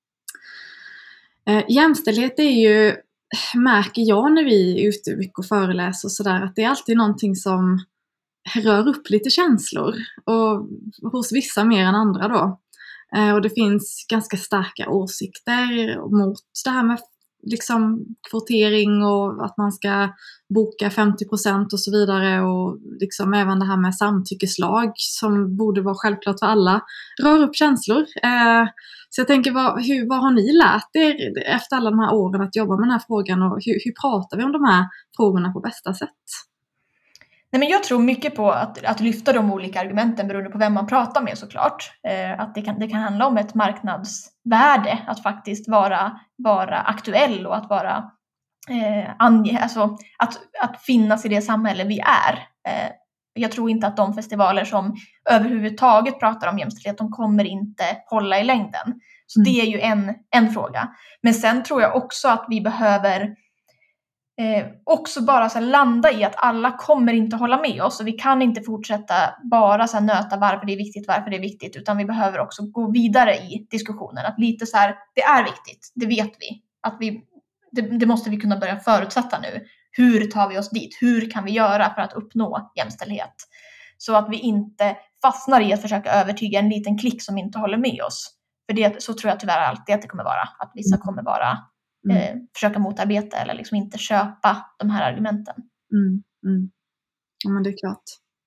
Eh, jämställdhet är ju, märker jag när vi är ute mycket och föreläser och sådär, att det är alltid någonting som rör upp lite känslor och hos vissa mer än andra då. Eh, och det finns ganska starka åsikter mot det här med liksom kvotering och att man ska boka femtio procent och så vidare, och liksom även det här med samtyckeslag som borde vara självklart för alla, rör upp känslor. Eh, så jag tänker, vad, hur, vad har ni lärt er efter alla de här åren att jobba med den här frågan, och hur, hur pratar vi om de här frågorna på bästa sätt? Nej, men jag tror mycket på att, att lyfta de olika argumenten beroende på vem man pratar med, såklart. Eh, att det kan, det kan handla om ett marknadsvärde, att faktiskt vara, vara aktuell och att vara eh, ange, alltså att, att finnas i det samhälle vi är. Eh, jag tror inte att de festivaler som överhuvudtaget pratar om jämställdhet, de kommer inte hålla i längden. Så mm. det är ju en, en fråga. Men sen tror jag också att vi behöver Eh, också bara så här landa i att alla kommer inte hålla med oss, och vi kan inte fortsätta bara så här nöta varför det är viktigt, varför det är viktigt, utan vi behöver också gå vidare i diskussionen. Att lite så här, det är viktigt, det vet vi. Att vi det, det måste vi kunna börja förutsätta nu. Hur tar vi oss dit? Hur kan vi göra för att uppnå jämställdhet? Så att vi inte fastnar i att försöka övertyga en liten klick som inte håller med oss. För det, så tror jag tyvärr alltid att det kommer vara. Att vissa kommer vara Mm. Eh, försöka motarbeta eller liksom inte köpa de här argumenten. Mm, mm. Ja, men det är klart.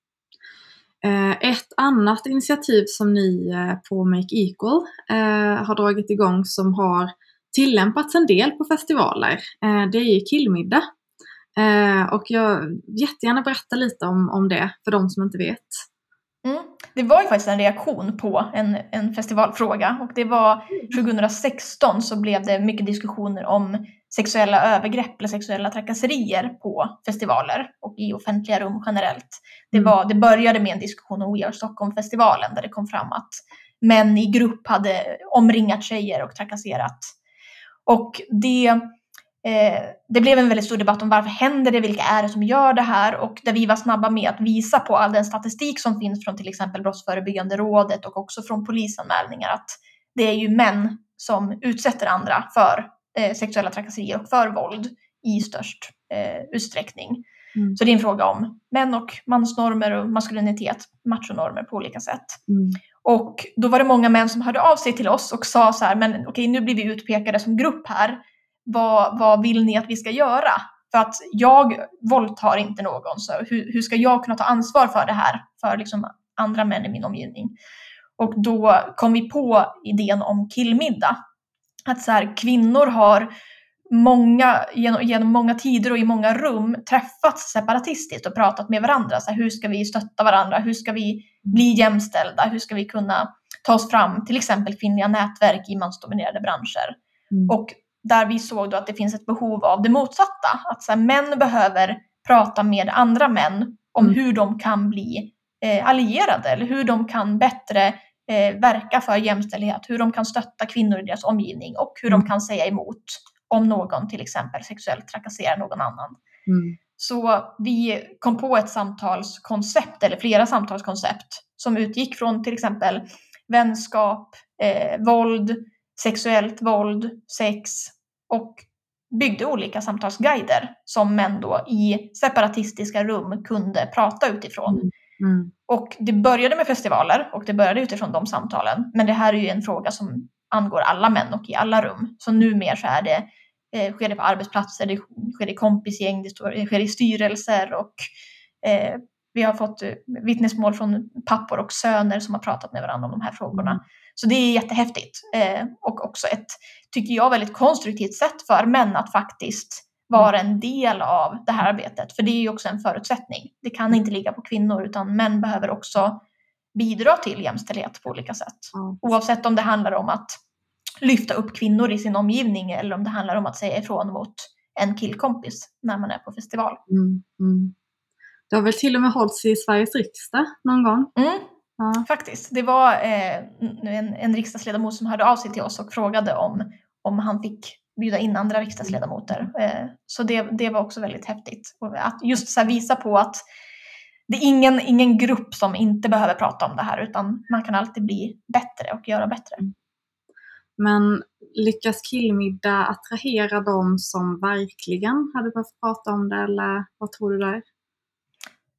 Eh, ett annat initiativ som ni eh, på Make Equal eh, har dragit igång, som har tillämpats en del på festivaler, eh, det är killmiddag. Eh, och jag vill jättegärna berätta lite om, om det för de som inte vet. Mm. Det var ju faktiskt en reaktion på en, en festivalfråga, och det var tjugohundrasexton så blev det mycket diskussioner om sexuella övergrepp eller sexuella trakasserier på festivaler och i offentliga rum generellt. Det, var, det började med en diskussion om We Are Stockholm-festivalen där det kom fram att män i grupp hade omringat tjejer och trakasserat. Och det... Eh, det blev en väldigt stor debatt om varför händer det, vilka är det som gör det här, och där vi var snabba med att visa på all den statistik som finns från till exempel Brottsförebyggande rådet och också från polisanmälningar, att det är ju män som utsätter andra för eh, sexuella trakasserier och för våld i störst eh, utsträckning. Mm. Så det är en fråga om män och mansnormer och maskulinitet, machonormer på olika sätt. Mm. Och då var det många män som hörde av sig till oss och sa så här, men okej, nu blir vi utpekade som grupp här. Vad, vad vill ni att vi ska göra? För att jag våldtar inte någon, så hur, hur ska jag kunna ta ansvar för det här för liksom andra män i min omgivning? Och då kom vi på idén om killmiddag. Att så här, kvinnor har många, genom, genom många tider och i många rum träffats separatistiskt och pratat med varandra. Så här, hur ska vi stötta varandra? Hur ska vi bli jämställda? Hur ska vi kunna ta oss fram till exempel kvinnliga nätverk i mansdominerade branscher? Mm. Och där vi såg då att det finns ett behov av det motsatta. Att så här, män behöver prata med andra män om mm. hur de kan bli eh, allierade. Eller hur de kan bättre eh, verka för jämställdhet. Hur de kan stötta kvinnor i deras omgivning. Och hur mm. de kan säga emot om någon till exempel sexuellt trakasserar någon annan. Mm. Så vi kom på ett samtalskoncept, eller flera samtalskoncept, som utgick från till exempel vänskap, eh, våld, sexuellt våld, sex, och byggde olika samtalsguider som män då i separatistiska rum kunde prata utifrån. Mm. Mm. Och det började med festivaler och det började utifrån de samtalen. Men det här är ju en fråga som angår alla män och i alla rum. Så numera så är det, eh, sker det på arbetsplatser, det sker i kompisgäng, det sker i styrelser, och eh, vi har fått vittnesmål från pappor och söner som har pratat med varandra om de här frågorna. Mm. Så det är jättehäftigt eh, och också ett, tycker jag, väldigt konstruktivt sätt för män att faktiskt vara en del av det här arbetet. För det är ju också en förutsättning. Det kan inte ligga på kvinnor, utan män behöver också bidra till jämställdhet på olika sätt. Mm. Oavsett om det handlar om att lyfta upp kvinnor i sin omgivning eller om det handlar om att säga ifrån mot en killkompis när man är på festival. Mm. Mm. Det har väl till och med hållits i Sveriges riksdag någon gång? Mm. Ja. Faktiskt. Det var eh, en, en riksdagsledamot som hörde av sig till oss och frågade om, om han fick bjuda in andra riksdagsledamöter. Eh, så det, det var också väldigt häftigt. Och att just så här visa på att det är ingen, ingen grupp som inte behöver prata om det här, utan man kan alltid bli bättre och göra bättre. Men lyckas killmiddag attrahera dem som verkligen hade behövt prata om det, eller vad tror du där?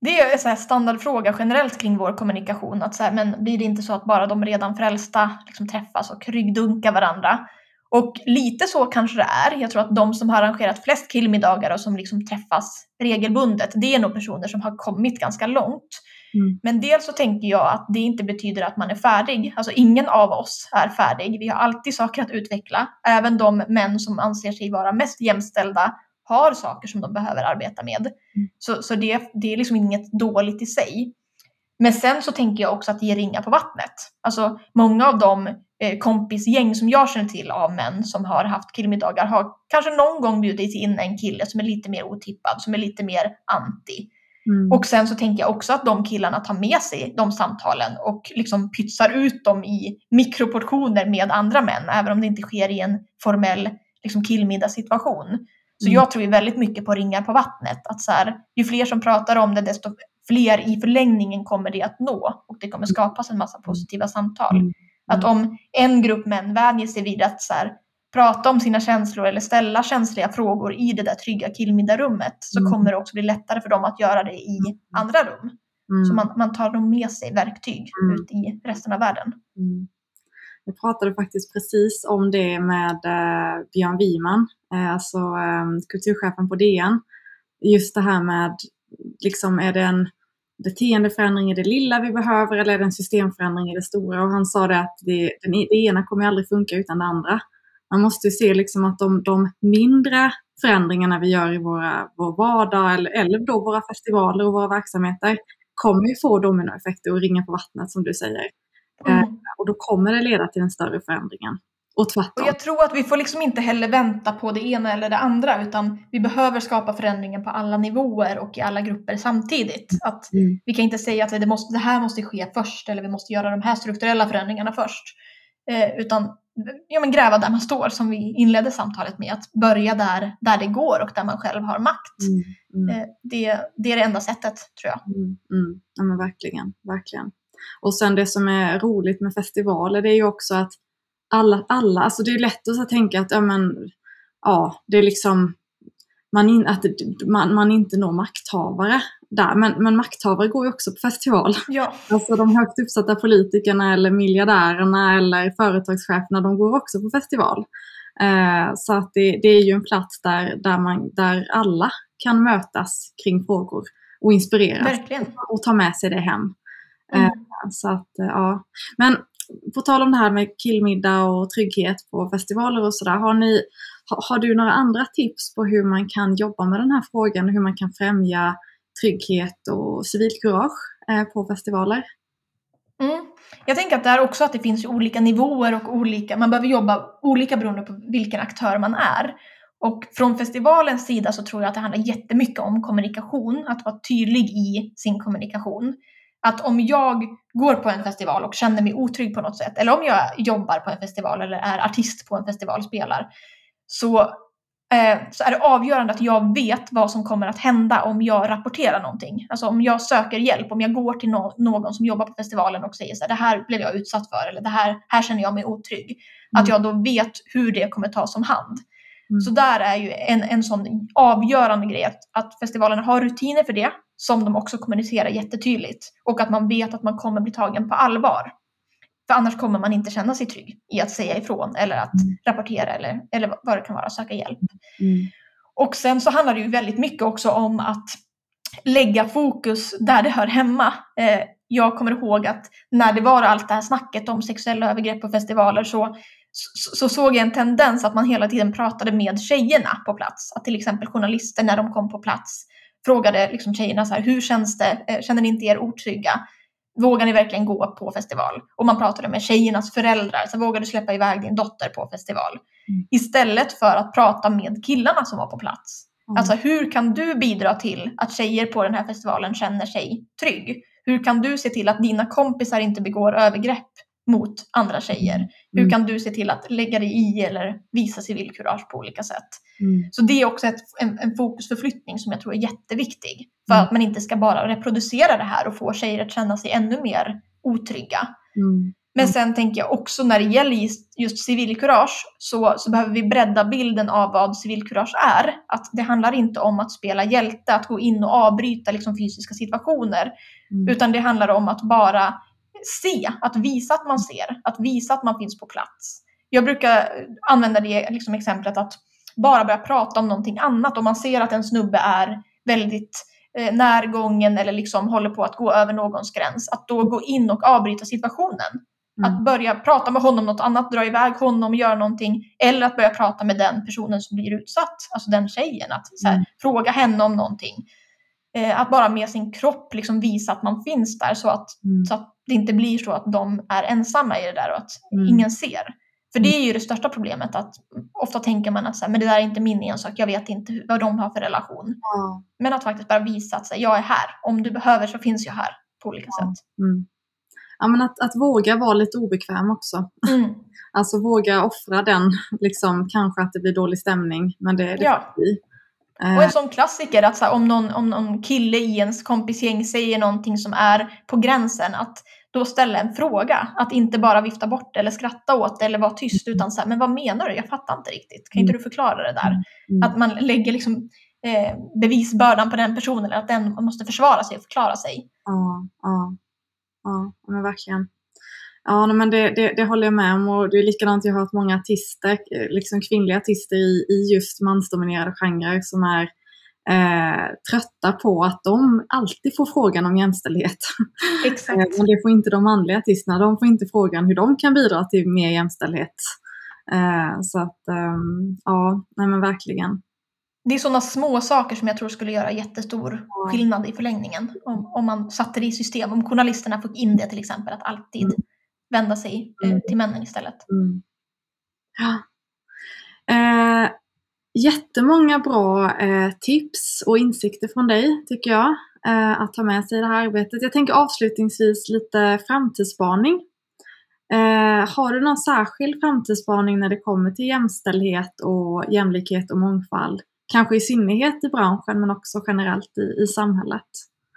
Det är en så här standardfråga generellt kring vår kommunikation. Att så här, men blir det inte så att bara de redan frälsta liksom träffas och ryggdunkar varandra? Och lite så kanske det är. Jag tror att de som har arrangerat flest killmiddagar och som liksom träffas regelbundet, det är nog personer som har kommit ganska långt. Mm. Men dels så tänker jag att det inte betyder att man är färdig. Alltså ingen av oss är färdig. Vi har alltid saker att utveckla. Även de män som anser sig vara mest jämställda har saker som de behöver arbeta med. Mm. Så, så det, det är liksom inget dåligt i sig. Men sen så tänker jag också att det är ringar på vattnet. Alltså många av de eh, kompisgäng som jag känner till av män som har haft killmiddagar har kanske någon gång bjudit in en kille som är lite mer otippad, som är lite mer anti. Mm. Och sen så tänker jag också att de killarna tar med sig de samtalen och liksom pytsar ut dem i mikroportioner med andra män, även om det inte sker i en formell liksom killmiddagssituation. Så Mm. jag tror ju väldigt mycket på ringar på vattnet. Att så här, ju fler som pratar om det, desto fler i förlängningen kommer det att nå. Och det kommer skapas en massa positiva samtal. Mm. Att om en grupp män vänjer sig vid att så här, prata om sina känslor eller ställa känsliga frågor i det där trygga killmiddagrummet, så Mm. kommer det också bli lättare för dem att göra det i andra rum. Mm. Så man, man tar nog med sig verktyg Mm. ut i resten av världen. Mm. Jag pratade faktiskt precis om det med eh, Björn Wiman, eh, alltså eh, kulturchefen på D N. Just det här med, liksom, är det en beteendeförändring i det lilla vi behöver eller är det en systemförändring i det stora? Och han sa det att det, den, det ena kommer aldrig funka utan det andra. Man måste ju se liksom att de, de mindre förändringarna vi gör i våra, vår vardag eller, eller då våra festivaler och våra verksamheter kommer ju få dominoeffekter och ringa på vattnet, som du säger. Mm. Eh, och då kommer det leda till den större förändringen. Och tvärtom. Och jag tror att vi får liksom inte heller vänta på det ena eller det andra, utan vi behöver skapa förändringen på alla nivåer och i alla grupper samtidigt. Att Mm. vi kan inte säga att det, måste, det här måste ske först eller vi måste göra de här strukturella förändringarna först. Eh, utan ja, men gräva där man står, som vi inledde samtalet med. Att börja där, där det går och där man själv har makt. Mm. Mm. Eh, det, det är det enda sättet, tror jag. Mm. Mm. Ja, men verkligen, verkligen. Och sen det som är roligt med festivaler, det är ju också att alla, alla alltså det är lätt att tänka att ja, men, ja, det är liksom man, in, att man, man inte når makthavare där, men, men makthavare går ju också på festival. Ja. Alltså de högt uppsatta politikerna eller miljardärerna eller företagscheferna, de går också på festival. Eh, så att det, det är ju en plats där, där, man, där alla kan mötas kring frågor och inspireras. Verkligen. Och ta med sig det hem. Mm. Eh, så att, ja. Men på tal om det här med killmiddag och trygghet på festivaler och sådär, har ni, har, har du några andra tips på hur man kan jobba med den här frågan och hur man kan främja trygghet och civilkurage eh, på festivaler? Mm. Jag tänker att det är också att det finns olika nivåer och olika, man behöver jobba olika beroende på vilken aktör man är. Och från festivalens sida så tror jag att det handlar jättemycket om kommunikation, att vara tydlig i sin kommunikation. Att om jag går på en festival och känner mig otrygg på något sätt, eller om jag jobbar på en festival eller är artist på en festival och spelar, så, eh, så är det avgörande att jag vet vad som kommer att hända om jag rapporterar någonting. Alltså om jag söker hjälp, om jag går till no- någon som jobbar på festivalen och säger så här, det här blev jag utsatt för, eller det här, här känner jag mig otrygg. Mm. Att jag då vet hur det kommer tas om hand. Mm. Så där är ju en, en sån avgörande grej att, att festivalerna har rutiner för det som de också kommunicerar jättetydligt, och att man vet att man kommer bli tagen på allvar. För annars kommer man inte känna sig trygg i att säga ifrån eller att mm. rapportera eller, eller vad det kan vara, söka hjälp. Mm. Och sen så handlar det ju väldigt mycket också om att lägga fokus där det hör hemma. Eh, jag kommer ihåg att när det var allt det här snacket om sexuella övergrepp på festivaler så Så, så såg jag en tendens att man hela tiden pratade med tjejerna på plats. Att till exempel journalister när de kom på plats frågade liksom tjejerna så här, hur känns det? Känner ni inte er otrygga? Vågar ni verkligen gå på festival? Och man pratade med tjejernas föräldrar. Så vågar du släppa iväg din dotter på festival? Mm. Istället för att prata med killarna som var på plats. Mm. Alltså hur kan du bidra till att tjejer på den här festivalen känner sig trygg? Hur kan du se till att dina kompisar inte begår övergrepp mot andra tjejer? Mm. Hur kan du se till att lägga dig i eller visa civilkurage på olika sätt? Mm. Så det är också ett, en, en fokusförflyttning som jag tror är jätteviktig. För mm. att man inte ska bara reproducera det här och få tjejer att känna sig ännu mer otrygga. Mm. Men sen tänker jag också när det gäller just, just civilkurage så, så behöver vi bredda bilden av vad civilkurage är. Att det handlar inte om att spela hjälte, att gå in och avbryta liksom fysiska situationer. Mm. Utan det handlar om att bara se, att visa att man ser, att visa att man finns på plats. Jag brukar använda det liksom exemplet att bara börja prata om någonting annat. Om man ser att en snubbe är väldigt eh, närgången eller liksom håller på att gå över någons gräns. Att då gå in och avbryta situationen. Mm. Att börja prata med honom något annat, dra iväg honom, göra någonting. Eller att börja prata med den personen som blir utsatt. Alltså den tjejen. Att så här, mm. fråga henne om någonting. Eh, att bara med sin kropp liksom visa att man finns där. Så att, mm. så att det inte blir så att de är ensamma i det där och att mm. ingen ser. För det är ju det största problemet. Att ofta tänker man att så här, men det där är inte min ensak. Jag vet inte vad de har för relation. Mm. Men att faktiskt bara visa att så här, jag är här. Om du behöver så finns jag här på olika mm. sätt. Mm. Ja, men att, att våga vara lite obekväm också. Mm. Alltså våga offra den, liksom, kanske att det blir dålig stämning, men det, det ja. blir. Och en sån klassiker, att så här, om, någon, om någon kille i ens kompisgäng säger någonting som är på gränsen, att då ställa en fråga. Att inte bara vifta bort eller skratta åt eller vara tyst, utan så här, men vad menar du? Jag fattar inte riktigt. Kan inte du förklara det där? Mm. Att man lägger liksom, eh, bevisbördan på den personen, eller att den måste försvara sig och förklara sig. Ja, ja. Ja, men verkligen. Ja, men det, det, det håller jag med om. Och det är likadant, jag har hört många artister, liksom kvinnliga artister i, i just mansdominerade genrer som är eh, trötta på att de alltid får frågan om jämställdhet. Exakt. Men det får inte de manliga artisterna. De får inte frågan hur de kan bidra till mer jämställdhet. Eh, så att, eh, ja, nej men verkligen. Det är sådana små saker som jag tror skulle göra jättestor skillnad i förlängningen. Om, om man satte det i system. Om journalisterna fick in det till exempel. Att alltid mm. vända sig eh, till männen istället. Mm. Ja. Eh, jättemånga bra eh, tips och insikter från dig tycker jag. Eh, att ta med sig i det här arbetet. Jag tänker avslutningsvis lite framtidsspaning. Eh, har du någon särskild framtidsspaning när det kommer till jämställdhet och jämlikhet och mångfald? Kanske i synnerhet i branschen men också generellt i, i samhället.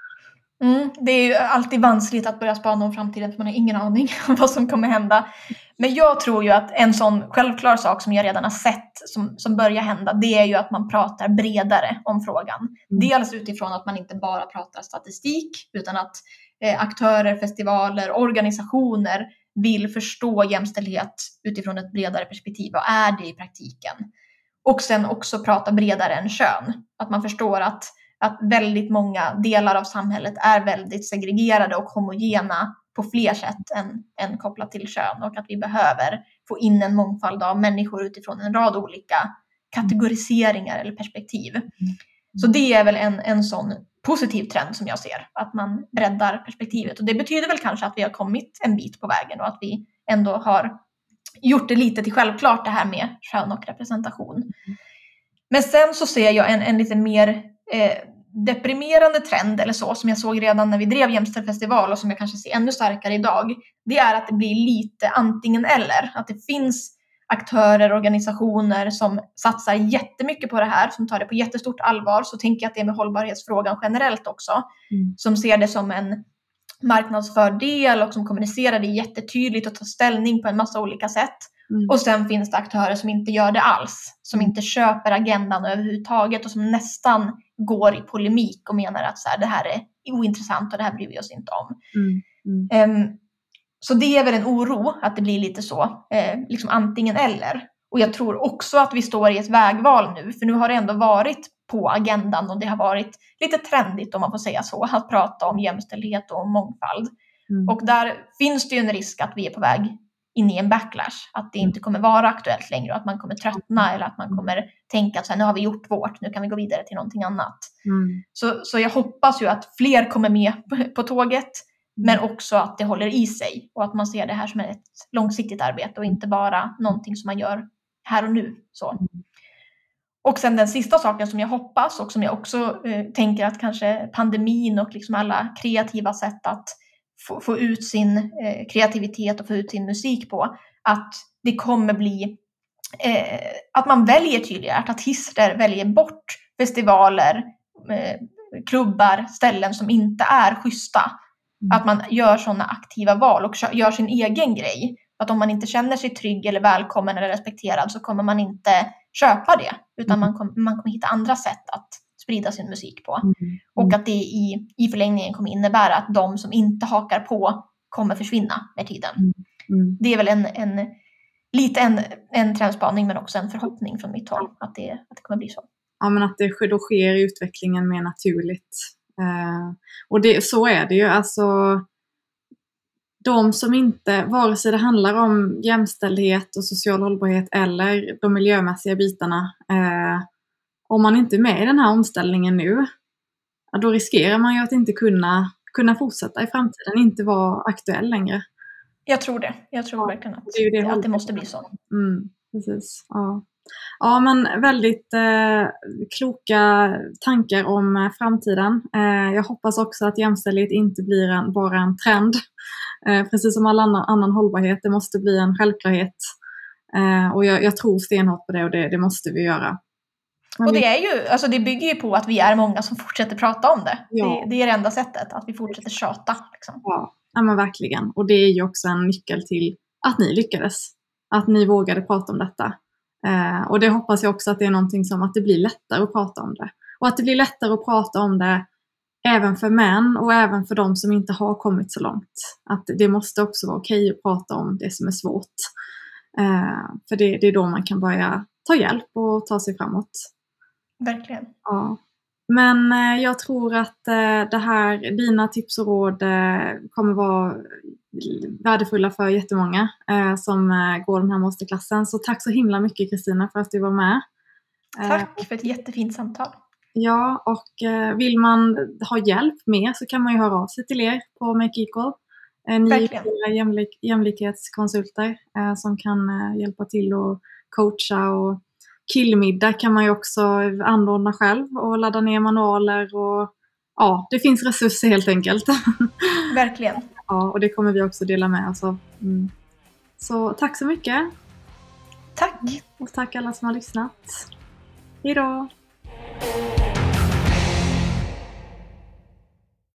Mm, det är ju alltid vanskligt att börja spana om framtiden för man har ingen aning om vad som kommer hända. Men jag tror ju att en sån självklar sak som jag redan har sett som, som börjar hända, det är ju att man pratar bredare om frågan. Mm. Dels utifrån att man inte bara pratar statistik utan att eh, aktörer, festivaler, organisationer vill förstå jämställdhet utifrån ett bredare perspektiv. Vad är det i praktiken? Och sen också prata bredare än kön. Att man förstår att, att väldigt många delar av samhället är väldigt segregerade och homogena på fler sätt än, än kopplat till kön. Och att vi behöver få in en mångfald av människor utifrån en rad olika kategoriseringar eller perspektiv. Mm. Så det är väl en, en sån positiv trend som jag ser. Att man breddar perspektivet. Och det betyder väl kanske att vi har kommit en bit på vägen. Och att vi ändå har gjort det lite till självklart det här med kön och representation. Mm. Men sen så ser jag en, en lite mer eh, deprimerande trend eller så som jag såg redan när vi drev Jämställdhetsfestival och som jag kanske ser ännu starkare idag. Det är att det blir lite antingen eller. Att det finns aktörer, organisationer som satsar jättemycket på det här, som tar det på jättestort allvar. Så tänker jag att det är med hållbarhetsfrågan generellt också. Mm. Som ser det som en marknadsfördel och som kommunicerar det jättetydligt och tar ställning på en massa olika sätt. Mm. Och sen finns det aktörer som inte gör det alls. Som inte köper agendan överhuvudtaget och som nästan går i polemik och menar att så här, det här är ointressant och det här bryr vi oss inte om. Mm. Mm. Um, så det är väl en oro att det blir lite så, eh, liksom antingen eller. Och jag tror också att vi står i ett vägval nu, för nu har det ändå varit på agendan och det har varit lite trendigt om man får säga så, att prata om jämställdhet och mångfald. Mm. Och där finns det ju en risk att vi är på väg in i en backlash, att det inte kommer vara aktuellt längre och att man kommer tröttna eller att man kommer tänka att så här, nu har vi gjort vårt, nu kan vi gå vidare till någonting annat. Mm. Så, så jag hoppas ju att fler kommer med på, på tåget, men också att det håller i sig och att man ser det här som ett långsiktigt arbete och inte bara någonting som man gör här och nu. Så. Och sen den sista saken som jag hoppas och som jag också eh, tänker att kanske pandemin och liksom alla kreativa sätt att få, få ut sin eh, kreativitet och få ut sin musik på, att det kommer bli eh, att man väljer tydligare, att artister väljer bort festivaler, eh, klubbar, ställen som inte är schyssta. Mm. Att man gör sådana aktiva val och gör sin egen grej. Att om man inte känner sig trygg eller välkommen eller respekterad så kommer man inte köpa det. Utan mm. man, kom, man kommer hitta andra sätt att sprida sin musik på. Mm. Mm. Och att det i, i förlängningen kommer innebära att de som inte hakar på kommer försvinna med tiden. Mm. Mm. Det är väl en, en lite en, en trendspaning men också en förhoppning från mitt håll att det, att det kommer bli så. Ja, men att det då sker utvecklingen mer naturligt. Eh, och det, så är det ju. Alltså, de som inte, vare sig det handlar om jämställdhet och social hållbarhet eller de miljömässiga bitarna, eh, om man inte är med i den här omställningen nu, ja, då riskerar man ju att inte kunna, kunna fortsätta i framtiden, inte vara aktuell längre. Jag tror det. Jag tror verkligen att det, det, att det måste bli så. Mm, precis. Ja. Ja, men väldigt eh, kloka tankar om eh, framtiden. Eh, jag hoppas också att jämställdhet inte blir en, bara en trend. Eh, precis som all annan, annan hållbarhet, det måste bli en självklarhet. Eh, och jag, jag tror stenhårt på det och det, det måste vi göra. Och det är ju, alltså det bygger ju på att vi är många som fortsätter prata om det. Ja. Det, det är det enda sättet, att vi fortsätter tjata. Liksom. Ja. Ja, men verkligen. Och det är ju också en nyckel till att ni lyckades. Att ni vågade prata om detta. Eh, och det hoppas jag också att det är någonting som att det blir lättare att prata om det. Och att det blir lättare att prata om det även för män och även för de som inte har kommit så långt. Att det måste också vara okej att prata om det som är svårt. Eh, för det, det är då man kan börja ta hjälp och ta sig framåt. Verkligen. Ja. Men eh, jag tror att eh, det här, dina tips och råd eh, kommer vara värdefulla för jättemånga eh, som eh, går den här masterklassen. Så tack så himla mycket Kristina för att du var med. Tack för ett jättefint samtal. Ja, och eh, vill man ha hjälp med så kan man ju höra av sig till er på Make Equal. Eh, ni Verkligen. är jämlik- jämlikhetskonsulter eh, som kan eh, hjälpa till och coacha, och killmiddag kan man ju också anordna själv och ladda ner manualer, och ja, det finns resurser helt enkelt. Verkligen. Ja, och det kommer vi också dela med oss av. Mm. Så tack så mycket. Tack. Och tack alla som har lyssnat. Hej då.